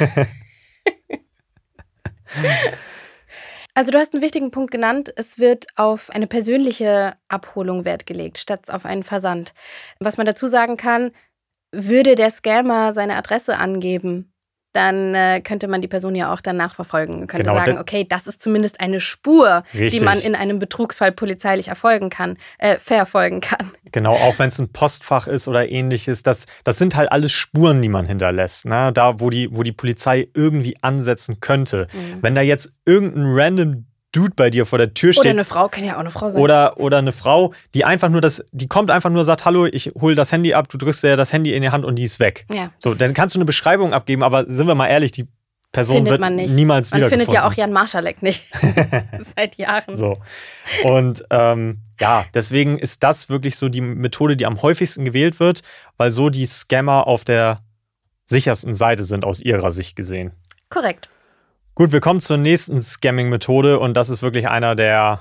Also du hast einen wichtigen Punkt genannt. Es wird auf eine persönliche Abholung Wert gelegt, statt auf einen Versand. Was man dazu sagen kann, würde der Scammer seine Adresse angeben, dann könnte man die Person ja auch dann nachverfolgen. Man könnte sagen, okay, das ist zumindest eine Spur, richtig, die man in einem Betrugsfall polizeilich verfolgen kann. Genau, auch wenn es ein Postfach ist oder ähnliches. Das sind halt alles Spuren, die man hinterlässt. Ne? Da, wo die Polizei irgendwie ansetzen könnte. Mhm. Wenn da jetzt irgendein random Dude bei dir vor der Tür steht. Oder eine Frau, kann ja auch eine Frau sein. Oder eine Frau, die einfach nur die kommt einfach nur, sagt, hallo, ich hole das Handy ab, du drückst dir das Handy in die Hand und die ist weg. Ja. So, dann kannst du eine Beschreibung abgeben, aber sind wir mal ehrlich, die Person findet wird man nicht. niemals Man wiedergefunden. findet ja auch Jan Marschalek nicht. Seit Jahren. So. Und deswegen ist das wirklich so die Methode, die am häufigsten gewählt wird, weil so die Scammer auf der sichersten Seite sind, aus ihrer Sicht gesehen. Korrekt. Gut, wir kommen zur nächsten Scamming-Methode und das ist wirklich einer der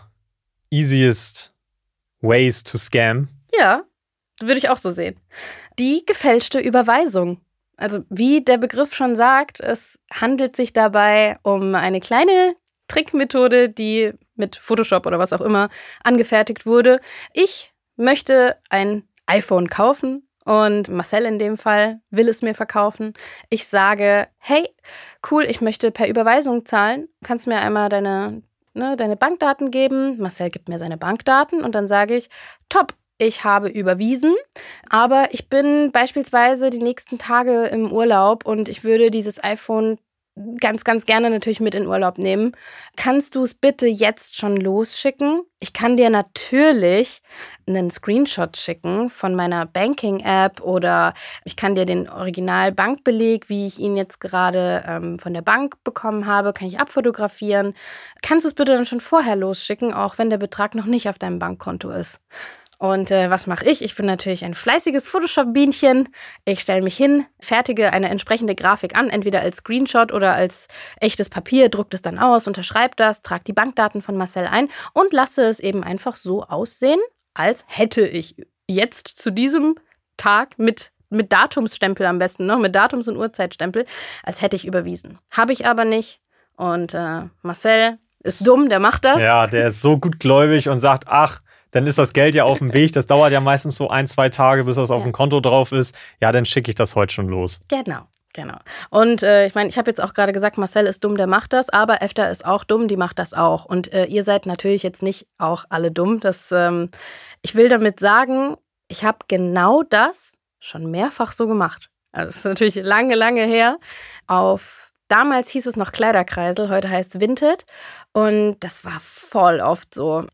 easiest ways to scam. Ja, würde ich auch so sehen. Die gefälschte Überweisung. Also wie der Begriff schon sagt, es handelt sich dabei um eine kleine Trickmethode, die mit Photoshop oder was auch immer angefertigt wurde. Ich möchte ein iPhone kaufen und Marcel in dem Fall will es mir verkaufen. Ich sage, hey, cool, ich möchte per Überweisung zahlen. Kannst mir einmal deine Bankdaten geben? Marcel gibt mir seine Bankdaten und dann sage ich, top, ich habe überwiesen, aber ich bin beispielsweise die nächsten Tage im Urlaub und ich würde dieses iPhone ganz, ganz gerne natürlich mit in Urlaub nehmen. Kannst du es bitte jetzt schon losschicken? Ich kann dir natürlich einen Screenshot schicken von meiner Banking-App oder ich kann dir den Original-Bankbeleg, wie ich ihn jetzt gerade von der Bank bekommen habe, kann ich abfotografieren. Kannst du es bitte dann schon vorher losschicken, auch wenn der Betrag noch nicht auf deinem Bankkonto ist? Und was mache ich? Ich bin natürlich ein fleißiges Photoshop-Bienchen. Ich stelle mich hin, fertige eine entsprechende Grafik an, entweder als Screenshot oder als echtes Papier, drucke es dann aus, unterschreibe das, trage die Bankdaten von Marcel ein und lasse es eben einfach so aussehen, als hätte ich jetzt zu diesem Tag mit Datumsstempel am besten noch, mit Datums- und Uhrzeitstempel, als hätte ich überwiesen. Habe ich aber nicht. Und Marcel ist dumm, der macht das. Ja, der ist so gutgläubig und sagt, ach, dann ist das Geld ja auf dem Weg. Das dauert ja meistens so 1-2 Tage, bis das auf dem Konto drauf ist. Ja, dann schicke ich das heute schon los. Genau. Und ich meine, ich habe jetzt auch gerade gesagt, Marcel ist dumm, der macht das, aber Efta ist auch dumm, die macht das auch. Und ihr seid natürlich jetzt nicht auch alle dumm. Ich will damit sagen, ich habe genau das schon mehrfach so gemacht. Also das ist natürlich lange, lange her. Damals hieß es noch Kleiderkreisel, heute heißt es Vinted. Und das war voll oft so.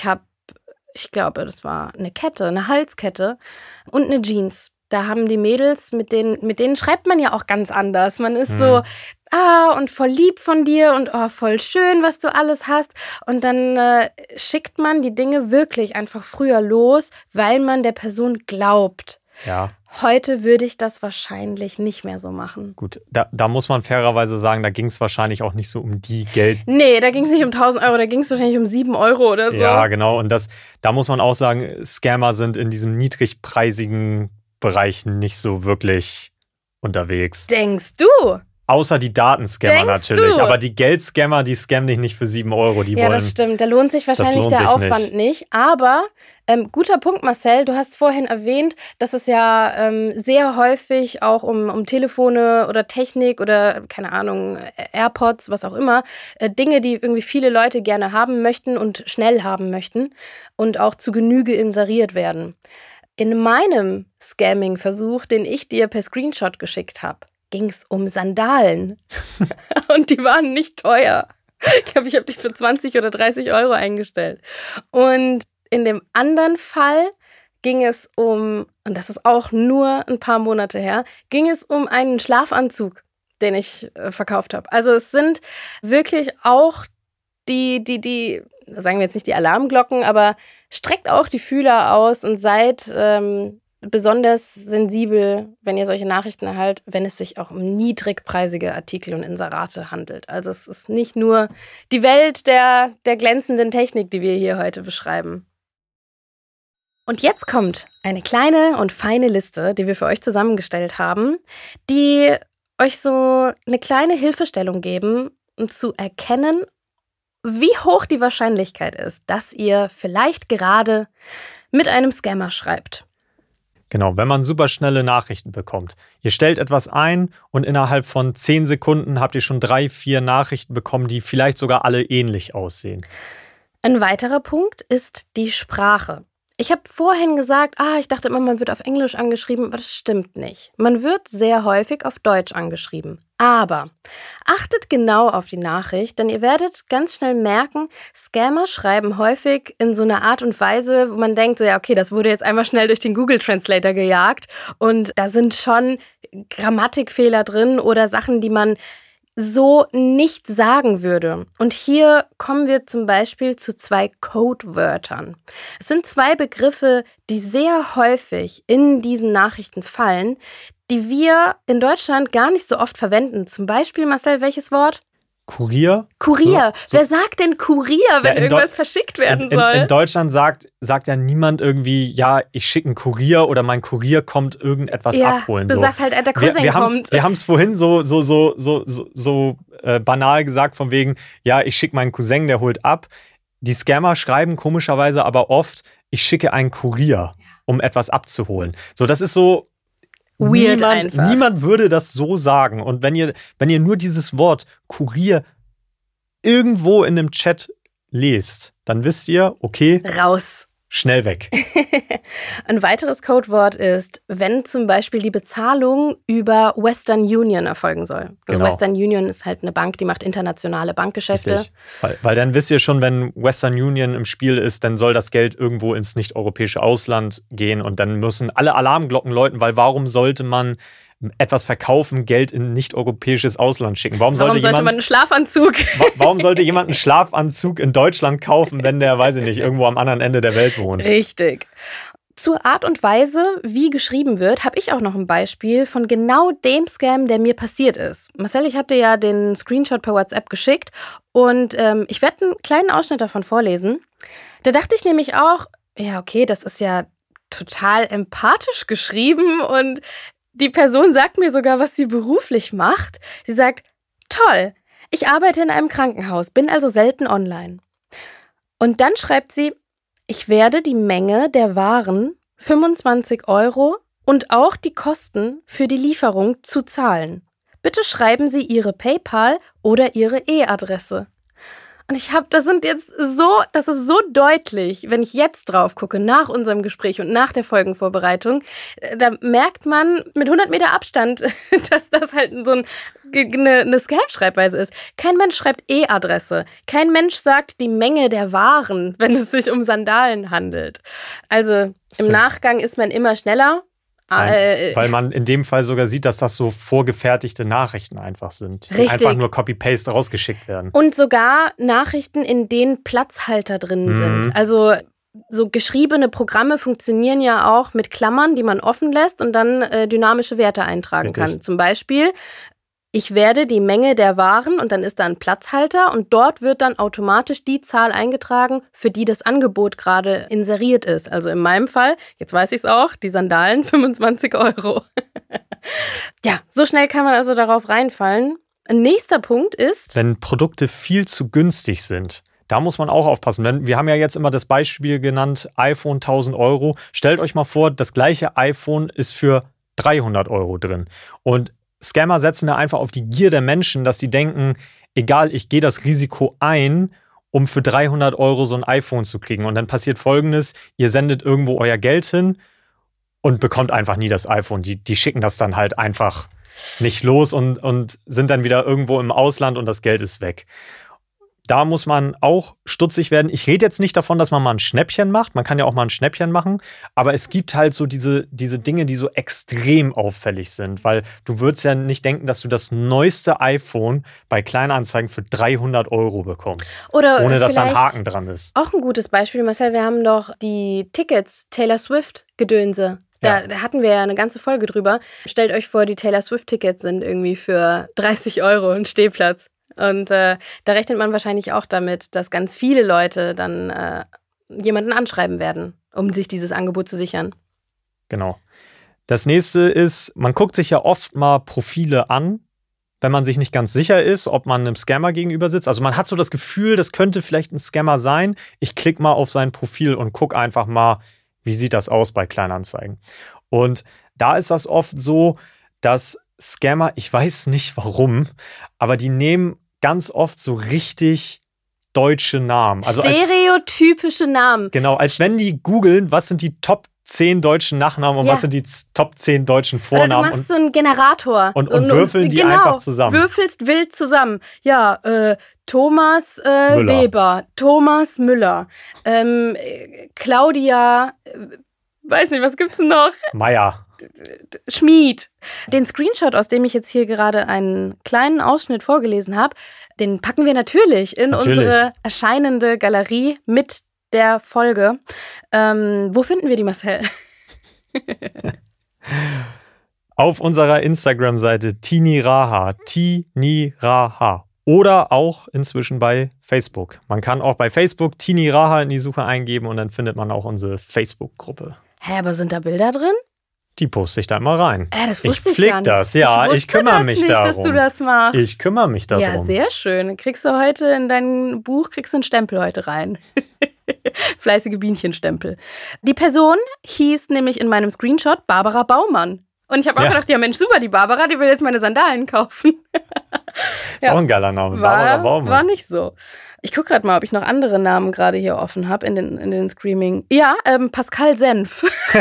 Ich glaube, das war eine Kette, eine Halskette und eine Jeans. Da haben die Mädels, mit denen schreibt man ja auch ganz anders. Man ist so, und voll lieb von dir und voll schön, was du alles hast. Und dann schickt man die Dinge wirklich einfach früher los, weil man der Person glaubt. Ja. Heute würde ich das wahrscheinlich nicht mehr so machen. Gut, da muss man fairerweise sagen, da ging es wahrscheinlich auch nicht so um die Geld. Nee, da ging es nicht um 1.000 Euro, da ging es wahrscheinlich um 7 Euro oder so. Ja, genau. Und da muss man auch sagen, Scammer sind in diesem niedrigpreisigen Bereich nicht so wirklich unterwegs. Denkst du? Außer die Datenscammer natürlich. Du? Aber die Geldscammer, die scammen dich nicht für 7 Euro. Ja, das stimmt. Da lohnt sich wahrscheinlich der Aufwand nicht. Aber guter Punkt, Marcel. Du hast vorhin erwähnt, dass es ja sehr häufig auch um Telefone oder Technik oder, keine Ahnung, AirPods, was auch immer, Dinge, die irgendwie viele Leute gerne haben möchten und schnell haben möchten und auch zu Genüge inseriert werden. In meinem Scamming-Versuch, den ich dir per Screenshot geschickt habe, ging es um Sandalen. Und die waren nicht teuer. Ich glaube, ich habe die für 20 oder 30 Euro eingestellt. Und in dem anderen Fall ging es und das ist auch nur ein paar Monate her, ging es um einen Schlafanzug, den ich verkauft habe. Also es sind wirklich auch die sagen wir jetzt nicht die Alarmglocken, aber streckt auch die Fühler aus und seid besonders sensibel, wenn ihr solche Nachrichten erhaltet, wenn es sich auch um niedrigpreisige Artikel und Inserate handelt. Also es ist nicht nur die Welt der glänzenden Technik, die wir hier heute beschreiben. Und jetzt kommt eine kleine und feine Liste, die wir für euch zusammengestellt haben, die euch so eine kleine Hilfestellung geben, um zu erkennen, wie hoch die Wahrscheinlichkeit ist, dass ihr vielleicht gerade mit einem Scammer schreibt. Genau, wenn man super schnelle Nachrichten bekommt. Ihr stellt etwas ein und innerhalb von 10 Sekunden habt ihr schon 3-4 Nachrichten bekommen, die vielleicht sogar alle ähnlich aussehen. Ein weiterer Punkt ist die Sprache. Ich habe vorhin gesagt, ich dachte immer, man wird auf Englisch angeschrieben, aber das stimmt nicht. Man wird sehr häufig auf Deutsch angeschrieben. Aber achtet genau auf die Nachricht, denn ihr werdet ganz schnell merken, Scammer schreiben häufig in so einer Art und Weise, wo man denkt, so, ja, okay, das wurde jetzt einmal schnell durch den Google Translator gejagt und da sind schon Grammatikfehler drin oder Sachen, die man so nicht sagen würde. Und hier kommen wir zum Beispiel zu 2 Codewörtern. Es sind 2 Begriffe, die sehr häufig in diesen Nachrichten fallen, die wir in Deutschland gar nicht so oft verwenden. Zum Beispiel, Marcel, welches Wort? Kurier? Kurier. So. Wer sagt denn Kurier, wenn irgendwas verschickt werden soll? In Deutschland sagt ja niemand irgendwie, ja, ich schicke einen Kurier oder mein Kurier kommt irgendetwas abholen. Du sagst halt, der Cousin kommt. Wir haben es vorhin so banal gesagt von wegen, ja, ich schicke meinen Cousin, der holt ab. Die Scammer schreiben komischerweise aber oft, ich schicke einen Kurier, um etwas abzuholen. So, das ist so weird einfach. Niemand würde das so sagen. Und wenn ihr nur dieses Wort Kurier irgendwo in einem Chat lest, dann wisst ihr, okay, raus. Schnell weg. Ein weiteres Codewort ist, wenn zum Beispiel die Bezahlung über Western Union erfolgen soll. Genau. Western Union ist halt eine Bank, die macht internationale Bankgeschäfte. Richtig. Weil dann wisst ihr schon, wenn Western Union im Spiel ist, dann soll das Geld irgendwo ins nicht-europäische Ausland gehen und dann müssen alle Alarmglocken läuten, weil warum sollte man etwas verkaufen, Geld in nicht-europäisches Ausland schicken? Warum sollte man einen Schlafanzug? Warum sollte jemand einen Schlafanzug in Deutschland kaufen, wenn der, weiß ich nicht, irgendwo am anderen Ende der Welt wohnt? Richtig. Zur Art und Weise, wie geschrieben wird, habe ich auch noch ein Beispiel von genau dem Scam, der mir passiert ist. Marcel, ich habe dir ja den Screenshot per WhatsApp geschickt und ich werde einen kleinen Ausschnitt davon vorlesen. Da dachte ich nämlich auch, ja okay, das ist ja total empathisch geschrieben und die Person sagt mir sogar, was sie beruflich macht. Sie sagt, toll, ich arbeite in einem Krankenhaus, bin also selten online. Und dann schreibt sie, ich werde die Menge der Waren, 25 € und auch die Kosten für die Lieferung zu zahlen. Bitte schreiben Sie Ihre PayPal oder Ihre E-Adresse. Und das ist so deutlich, wenn ich jetzt drauf gucke, nach unserem Gespräch und nach der Folgenvorbereitung, da merkt man mit 100 Meter Abstand, dass das halt so eine Scam-Schreibweise ist. Kein Mensch schreibt E-Adresse. Kein Mensch sagt die Menge der Waren, wenn es sich um Sandalen handelt. Also im Nachgang ist man immer schneller. Weil man in dem Fall sogar sieht, dass das so vorgefertigte Nachrichten einfach sind, die einfach nur Copy-Paste rausgeschickt werden. Und sogar Nachrichten, in denen Platzhalter drin sind. Also so geschriebene Programme funktionieren ja auch mit Klammern, die man offen lässt und dann dynamische Werte eintragen kann. Zum Beispiel, ich werde die Menge der Waren und dann ist da ein Platzhalter und dort wird dann automatisch die Zahl eingetragen, für die das Angebot gerade inseriert ist. Also in meinem Fall, jetzt weiß ich es auch, die Sandalen 25 €. Ja, so schnell kann man also darauf reinfallen. Ein nächster Punkt ist, wenn Produkte viel zu günstig sind. Da muss man auch aufpassen. Wir haben ja jetzt immer das Beispiel genannt, iPhone 1.000 €. Stellt euch mal vor, das gleiche iPhone ist für 300 € drin. Und Scammer setzen da einfach auf die Gier der Menschen, dass die denken, egal, ich gehe das Risiko ein, um für 300 € so ein iPhone zu kriegen. Und dann passiert Folgendes, ihr sendet irgendwo euer Geld hin und bekommt einfach nie das iPhone. Die schicken das dann halt einfach nicht los und sind dann wieder irgendwo im Ausland und das Geld ist weg. Da muss man auch stutzig werden. Ich rede jetzt nicht davon, dass man mal ein Schnäppchen macht. Man kann ja auch mal ein Schnäppchen machen. Aber es gibt halt so diese Dinge, die so extrem auffällig sind. Weil du würdest ja nicht denken, dass du das neueste iPhone bei Kleinanzeigen für 300 € bekommst. Oder ohne dass da ein Haken dran ist. Auch ein gutes Beispiel, Marcel. Wir haben doch die Tickets, Taylor Swift-Gedönse. Da hatten wir ja eine ganze Folge drüber. Stellt euch vor, die Taylor Swift-Tickets sind irgendwie für 30 € ein Stehplatz. Und da rechnet man wahrscheinlich auch damit, dass ganz viele Leute dann jemanden anschreiben werden, um sich dieses Angebot zu sichern. Genau. Das nächste ist, man guckt sich ja oft mal Profile an, wenn man sich nicht ganz sicher ist, ob man einem Scammer gegenüber sitzt. Also man hat so das Gefühl, das könnte vielleicht ein Scammer sein. Ich klicke mal auf sein Profil und gucke einfach mal, wie sieht das aus bei Kleinanzeigen. Und da ist das oft so, dass Scammer, ich weiß nicht warum, aber die nehmen ganz oft so richtig deutsche Namen. Also stereotypische Namen. Genau, als wenn die googeln, was sind die Top 10 deutschen Nachnamen und was sind die Top 10 deutschen Vornamen. Oder du machst so einen Generator. Und würfeln die einfach zusammen. Würfelst wild zusammen. Ja, Thomas Weber, Thomas Müller, Claudia, weiß nicht, was gibt's denn noch? Meier. Schmied. Den Screenshot, aus dem ich jetzt hier gerade einen kleinen Ausschnitt vorgelesen habe, den packen wir natürlich in unsere erscheinende Galerie mit der Folge. Wo finden wir die, Marcel? Auf unserer Instagram-Seite Tiniraha. Oder auch inzwischen bei Facebook. Man kann auch bei Facebook Tiniraha in die Suche eingeben und dann findet man auch unsere Facebook-Gruppe. Hä, aber sind da Bilder drin? Die poste ich da immer rein. Das wusste ich pflege das, ja. Ich kümmere mich darum. Dass du das machst. Ich kümmere mich darum. Ja, sehr schön. Kriegst du heute in dein Buch, einen Stempel heute rein. Fleißige Bienchenstempel. Die Person hieß nämlich in meinem Screenshot Barbara Baumann. Und ich habe auch gedacht, ja Mensch, super, die Barbara, die will jetzt meine Sandalen kaufen. Ist auch ein geiler Name, Barbara Baumann. War nicht so. Ich gucke gerade mal, ob ich noch andere Namen gerade hier offen habe in den Screaming. Ja, Pascal Senf.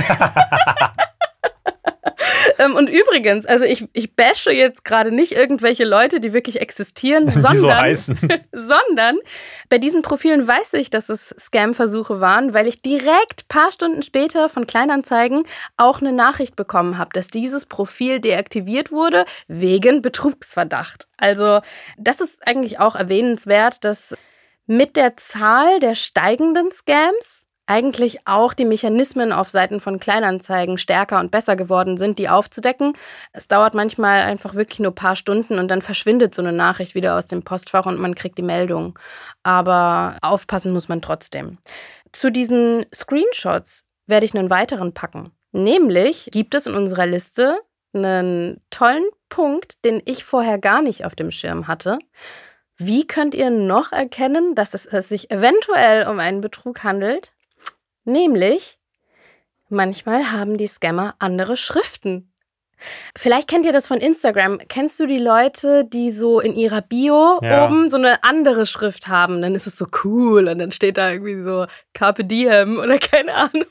Und übrigens, also ich bashe jetzt gerade nicht irgendwelche Leute, die wirklich existieren, die so heißen. Sondern bei diesen Profilen weiß ich, dass es Scam-Versuche waren, weil ich direkt ein paar Stunden später von Kleinanzeigen auch eine Nachricht bekommen habe, dass dieses Profil deaktiviert wurde wegen Betrugsverdacht. Also das ist eigentlich auch erwähnenswert, dass mit der Zahl der steigenden Scams eigentlich auch die Mechanismen auf Seiten von Kleinanzeigen stärker und besser geworden sind, die aufzudecken. Es dauert manchmal einfach wirklich nur ein paar Stunden und dann verschwindet so eine Nachricht wieder aus dem Postfach und man kriegt die Meldung. Aber aufpassen muss man trotzdem. Zu diesen Screenshots werde ich einen weiteren packen. Nämlich gibt es in unserer Liste einen tollen Punkt, den ich vorher gar nicht auf dem Schirm hatte. Wie könnt ihr noch erkennen, dass es sich eventuell um einen Betrug handelt? Nämlich, manchmal haben die Scammer andere Schriften. Vielleicht kennt ihr das von Instagram. Kennst du die Leute, die so in ihrer Bio oben so eine andere Schrift haben? Dann ist es so cool und dann steht da irgendwie so Carpe Diem oder keine Ahnung,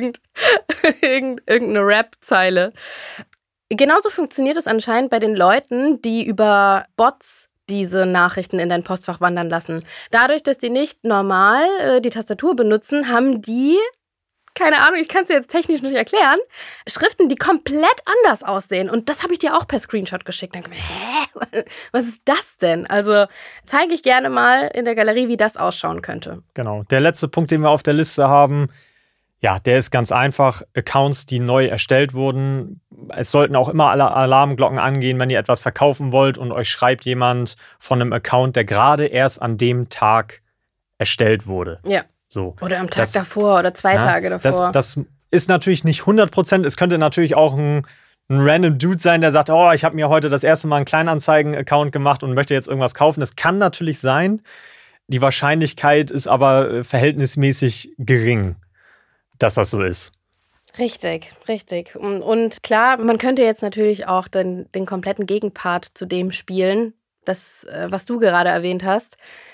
irgendeine Rap-Zeile. Genauso funktioniert es anscheinend bei den Leuten, die über Bots diese Nachrichten in dein Postfach wandern lassen. Dadurch, dass die nicht normal die Tastatur benutzen, haben die, keine Ahnung, ich kann es dir jetzt technisch nicht erklären, Schriften, die komplett anders aussehen. Und das habe ich dir auch per Screenshot geschickt. Dann hä, was ist das denn? Also zeige ich gerne mal in der Galerie, wie das ausschauen könnte. Genau. Der letzte Punkt, den wir auf der Liste haben, ja, der ist ganz einfach. Accounts, die neu erstellt wurden. Es sollten auch immer alle Alarmglocken angehen, wenn ihr etwas verkaufen wollt und euch schreibt jemand von einem Account, der gerade erst an dem Tag erstellt wurde. Ja. So. Oder am Tag davor oder 2 Tage davor. Das ist natürlich nicht 100%. Es könnte natürlich auch ein random Dude sein, der sagt, oh, ich habe mir heute das erste Mal einen Kleinanzeigen-Account gemacht und möchte jetzt irgendwas kaufen. Das kann natürlich sein. Die Wahrscheinlichkeit ist aber verhältnismäßig gering, dass das so ist. Richtig. Und klar, man könnte jetzt natürlich auch den kompletten Gegenpart zu dem spielen, das, was du gerade erwähnt hast.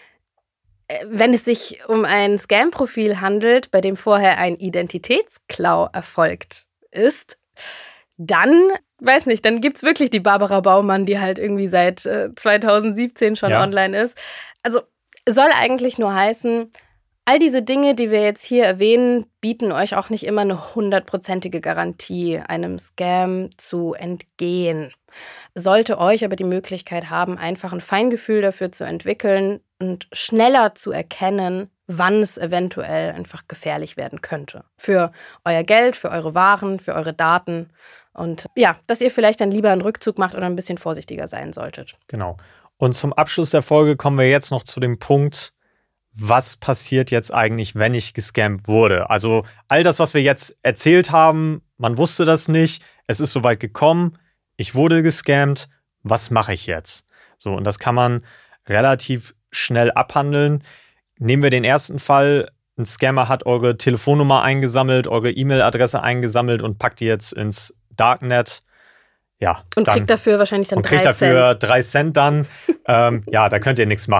Wenn es sich um ein Scam-Profil handelt, bei dem vorher ein Identitätsklau erfolgt ist, dann, weiß nicht, dann gibt es wirklich die Barbara Baumann, die halt irgendwie seit 2017 schon online ist. Also soll eigentlich nur heißen, all diese Dinge, die wir jetzt hier erwähnen, bieten euch auch nicht immer eine 100%ige Garantie, einem Scam zu entgehen. Sollte euch aber die Möglichkeit haben, einfach ein Feingefühl dafür zu entwickeln und schneller zu erkennen, wann es eventuell einfach gefährlich werden könnte. Für euer Geld, für eure Waren, für eure Daten. Und ja, dass ihr vielleicht dann lieber einen Rückzug macht oder ein bisschen vorsichtiger sein solltet. Genau. Und zum Abschluss der Folge kommen wir jetzt noch zu dem Punkt, was passiert jetzt eigentlich, wenn ich gescammt wurde? Also all das, was wir jetzt erzählt haben, man wusste das nicht, es ist soweit gekommen, ich wurde gescammt, was mache ich jetzt? So, und das kann man relativ schnell abhandeln. Nehmen wir den ersten Fall, ein Scammer hat eure Telefonnummer eingesammelt, eure E-Mail-Adresse eingesammelt und packt die jetzt ins Darknet. Ja, und kriegt dafür wahrscheinlich dann 3 Cent. Und kriegt dafür 3 Cent dann. Ja, da könnt ihr nichts machen.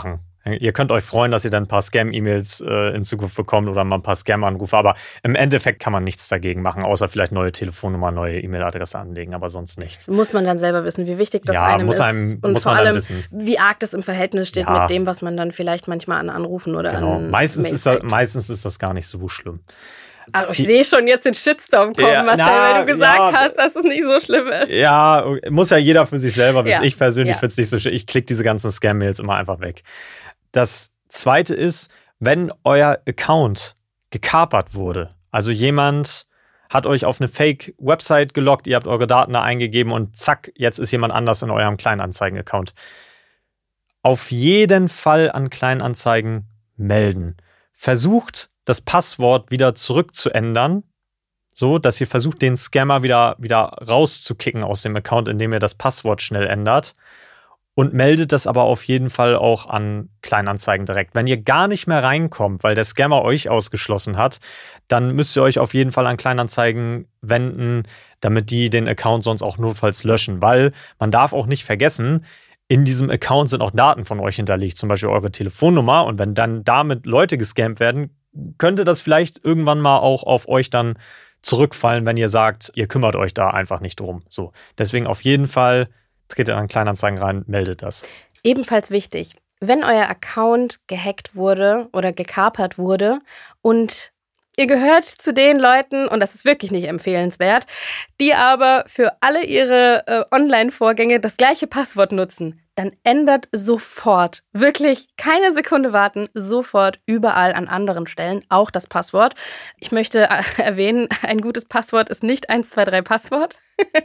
Ihr könnt euch freuen, dass ihr dann ein paar Scam-E-Mails in Zukunft bekommt oder mal ein paar Scam-Anrufe. Aber im Endeffekt kann man nichts dagegen machen, außer vielleicht neue Telefonnummer, neue E-Mail-Adresse anlegen, aber sonst nichts. Muss man dann selber wissen, wie wichtig das einem ist. Und vor allem, wie arg das im Verhältnis steht mit dem, was man dann vielleicht manchmal an Anrufen oder an meistens ist das gar nicht so schlimm. Aber ich sehe schon jetzt den Shitstorm kommen, Marcel, weil du gesagt hast, dass es nicht so schlimm ist. Ja, muss ja jeder für sich selber wissen. Ich persönlich finde es nicht so schlimm. Ich klicke diese ganzen Scam-Mails immer einfach weg. Das Zweite ist, wenn euer Account gekapert wurde, also jemand hat euch auf eine Fake-Website geloggt, ihr habt eure Daten da eingegeben und zack, jetzt ist jemand anders in eurem Kleinanzeigen-Account. Auf jeden Fall an Kleinanzeigen melden. Versucht, das Passwort wieder zurückzuändern, so dass ihr versucht, den Scammer wieder rauszukicken aus dem Account, indem ihr das Passwort schnell ändert. Und meldet das aber auf jeden Fall auch an Kleinanzeigen direkt. Wenn ihr gar nicht mehr reinkommt, weil der Scammer euch ausgeschlossen hat, dann müsst ihr euch auf jeden Fall an Kleinanzeigen wenden, damit die den Account sonst auch notfalls löschen. Weil man darf auch nicht vergessen, in diesem Account sind auch Daten von euch hinterlegt, zum Beispiel eure Telefonnummer. Und wenn dann damit Leute gescammt werden, könnte das vielleicht irgendwann mal auch auf euch dann zurückfallen, wenn ihr sagt, ihr kümmert euch da einfach nicht drum. So, deswegen auf jeden Fall tretet an Kleinanzeigen rein, meldet das. Ebenfalls wichtig, wenn euer Account gehackt wurde oder gekapert wurde und ihr gehört zu den Leuten, und das ist wirklich nicht empfehlenswert, die aber für alle ihre Online-Vorgänge das gleiche Passwort nutzen, dann ändert sofort, wirklich keine Sekunde warten, sofort überall an anderen Stellen auch das Passwort. Ich möchte erwähnen, ein gutes Passwort ist nicht 123 Passwort.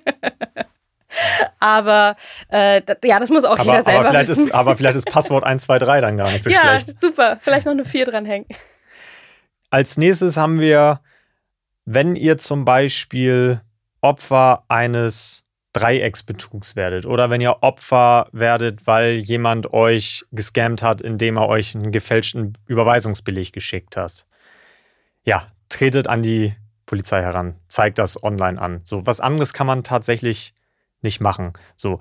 Aber das muss auch jeder selber wissen. Aber vielleicht ist Passwort 123 dann gar nicht so schlecht. Ja, super. Vielleicht noch eine 4 dranhängen. Als nächstes haben wir, wenn ihr zum Beispiel Opfer eines Dreiecksbetrugs werdet oder wenn ihr Opfer werdet, weil jemand euch gescammt hat, indem er euch einen gefälschten Überweisungsbeleg geschickt hat. Ja, tretet an die Polizei heran, zeigt das online an. So, was anderes kann man tatsächlich nicht machen. So,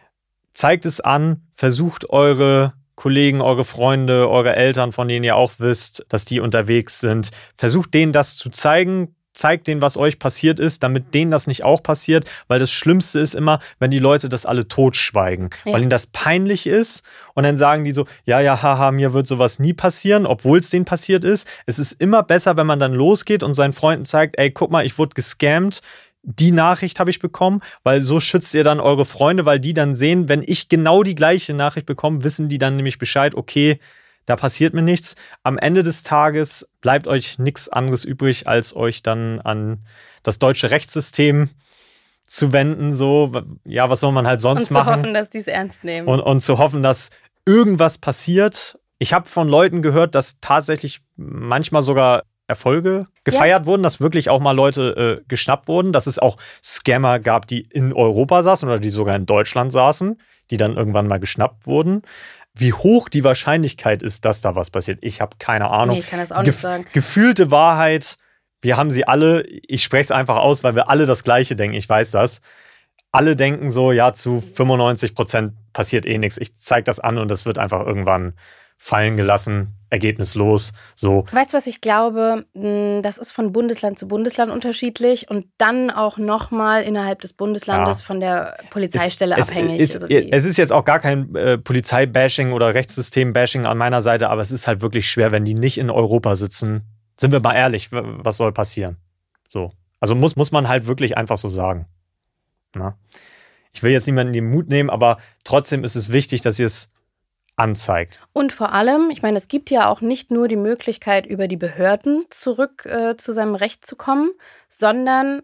zeigt es an, versucht eure Kollegen, eure Freunde, eure Eltern, von denen ihr auch wisst, dass die unterwegs sind, versucht denen das zu zeigen, zeigt denen, was euch passiert ist, damit denen das nicht auch passiert, weil das Schlimmste ist immer, wenn die Leute das alle totschweigen, weil ihnen das peinlich ist und dann sagen die so, ja, haha, mir wird sowas nie passieren, obwohl es denen passiert ist. Es ist immer besser, wenn man dann losgeht und seinen Freunden zeigt, ey, guck mal, ich wurde gescammt, die Nachricht habe ich bekommen, weil so schützt ihr dann eure Freunde, weil die dann sehen, wenn ich genau die gleiche Nachricht bekomme, wissen die dann nämlich Bescheid, okay, da passiert mir nichts. Am Ende des Tages bleibt euch nichts anderes übrig, als euch dann an das deutsche Rechtssystem zu wenden. So, ja, was soll man halt sonst machen? Und zu hoffen, dass die es ernst nehmen. Und zu hoffen, dass irgendwas passiert. Ich habe von Leuten gehört, dass tatsächlich manchmal sogar Erfolge gefeiert wurden, dass wirklich auch mal Leute geschnappt wurden, dass es auch Scammer gab, die in Europa saßen oder die sogar in Deutschland saßen, die dann irgendwann mal geschnappt wurden. Wie hoch die Wahrscheinlichkeit ist, dass da was passiert, ich habe keine Ahnung. Nee, ich kann das auch nicht sagen. Gefühlte Wahrheit, wir haben sie alle, ich spreche es einfach aus, weil wir alle das Gleiche denken, ich weiß das. Alle denken so, ja, zu 95% passiert eh nichts. Ich zeige das an und das wird einfach irgendwann fallen gelassen, ergebnislos. So. Weißt du, was ich glaube? Das ist von Bundesland zu Bundesland unterschiedlich und dann auch nochmal innerhalb des Bundeslandes von der Polizeistelle abhängig. Es ist jetzt auch gar kein Polizeibashing oder Rechtssystem-Bashing an meiner Seite, aber es ist halt wirklich schwer, wenn die nicht in Europa sitzen. Sind wir mal ehrlich, was soll passieren? So. Also muss man halt wirklich einfach so sagen. Na? Ich will jetzt niemanden in den Mut nehmen, aber trotzdem ist es wichtig, dass ihr es anzeigt. Und vor allem, ich meine, es gibt ja auch nicht nur die Möglichkeit, über die Behörden zurück zu seinem Recht zu kommen, sondern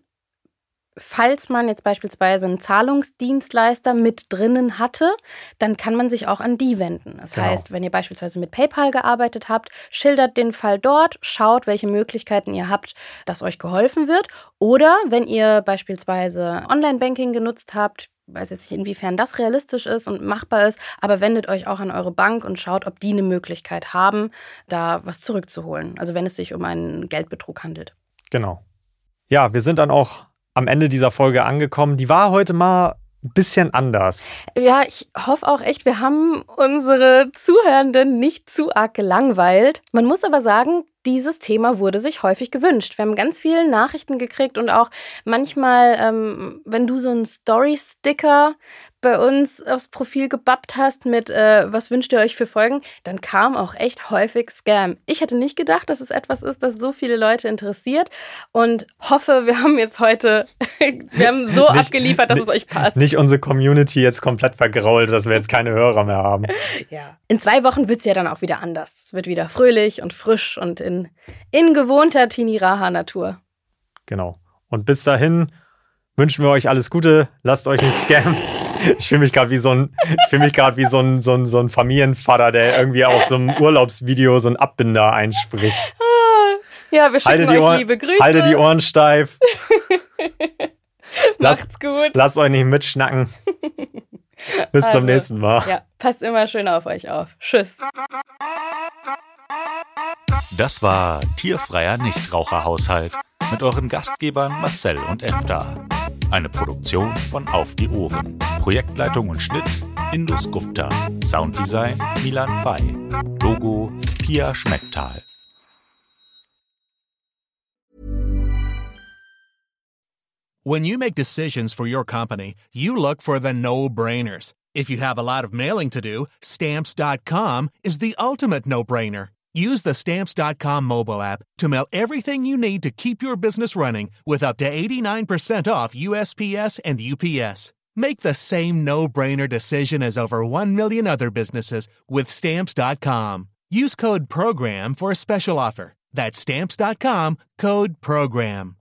falls man jetzt beispielsweise einen Zahlungsdienstleister mit drinnen hatte, dann kann man sich auch an die wenden. Das heißt, wenn ihr beispielsweise mit PayPal gearbeitet habt, schildert den Fall dort, schaut, welche Möglichkeiten ihr habt, dass euch geholfen wird. Oder wenn ihr beispielsweise Online-Banking genutzt habt, ich weiß jetzt nicht, inwiefern das realistisch ist und machbar ist, aber wendet euch auch an eure Bank und schaut, ob die eine Möglichkeit haben, da was zurückzuholen. Also wenn es sich um einen Geldbetrug handelt. Genau. Ja, wir sind dann auch am Ende dieser Folge angekommen. Die war heute mal ein bisschen anders. Ja, ich hoffe auch echt, wir haben unsere Zuhörenden nicht zu arg gelangweilt. Man muss aber sagen, dieses Thema wurde sich häufig gewünscht. Wir haben ganz viele Nachrichten gekriegt und auch manchmal, wenn du so einen Story-Sticker bei uns aufs Profil gebappt hast mit was wünscht ihr euch für Folgen, dann kam auch echt häufig Scam. Ich hätte nicht gedacht, dass es etwas ist, das so viele Leute interessiert und hoffe, wir haben jetzt heute, wir haben so abgeliefert, dass es euch passt. Nicht unsere Community jetzt komplett vergrault, dass wir jetzt keine Hörer mehr haben. Ja. In 2 Wochen wird es ja dann auch wieder anders. Es wird wieder fröhlich und frisch und in gewohnter Tini-Raha-Natur. Genau. Und bis dahin wünschen wir euch alles Gute. Lasst euch nicht scammen. Ich fühle mich gerade wie so ein Familienvater, der irgendwie auf so einem Urlaubsvideo so einen Abbinder einspricht. Ja, wir schicken euch liebe Grüße. Haltet die Ohren steif. Macht's gut. Lasst euch nicht mitschnacken. Bis zum nächsten Mal. Ja, passt immer schön auf euch auf. Tschüss. Das war Tierfreier Nichtraucherhaushalt mit euren Gastgebern Marcel und Efta. Eine Produktion von Auf die Ohren. Projektleitung und Schnitt Indus Gupta. Sounddesign Milan Fay. Logo Pia Schmecktal. When you make decisions for your company, you look for the no-brainers. If you have a lot of mailing to do, Stamps.com is the ultimate no-brainer. Use the Stamps.com mobile app to mail everything you need to keep your business running with up to 89% off USPS and UPS. Make the same no-brainer decision as over 1 million other businesses with Stamps.com. Use code PROGRAM for a special offer. That's Stamps.com, code PROGRAM.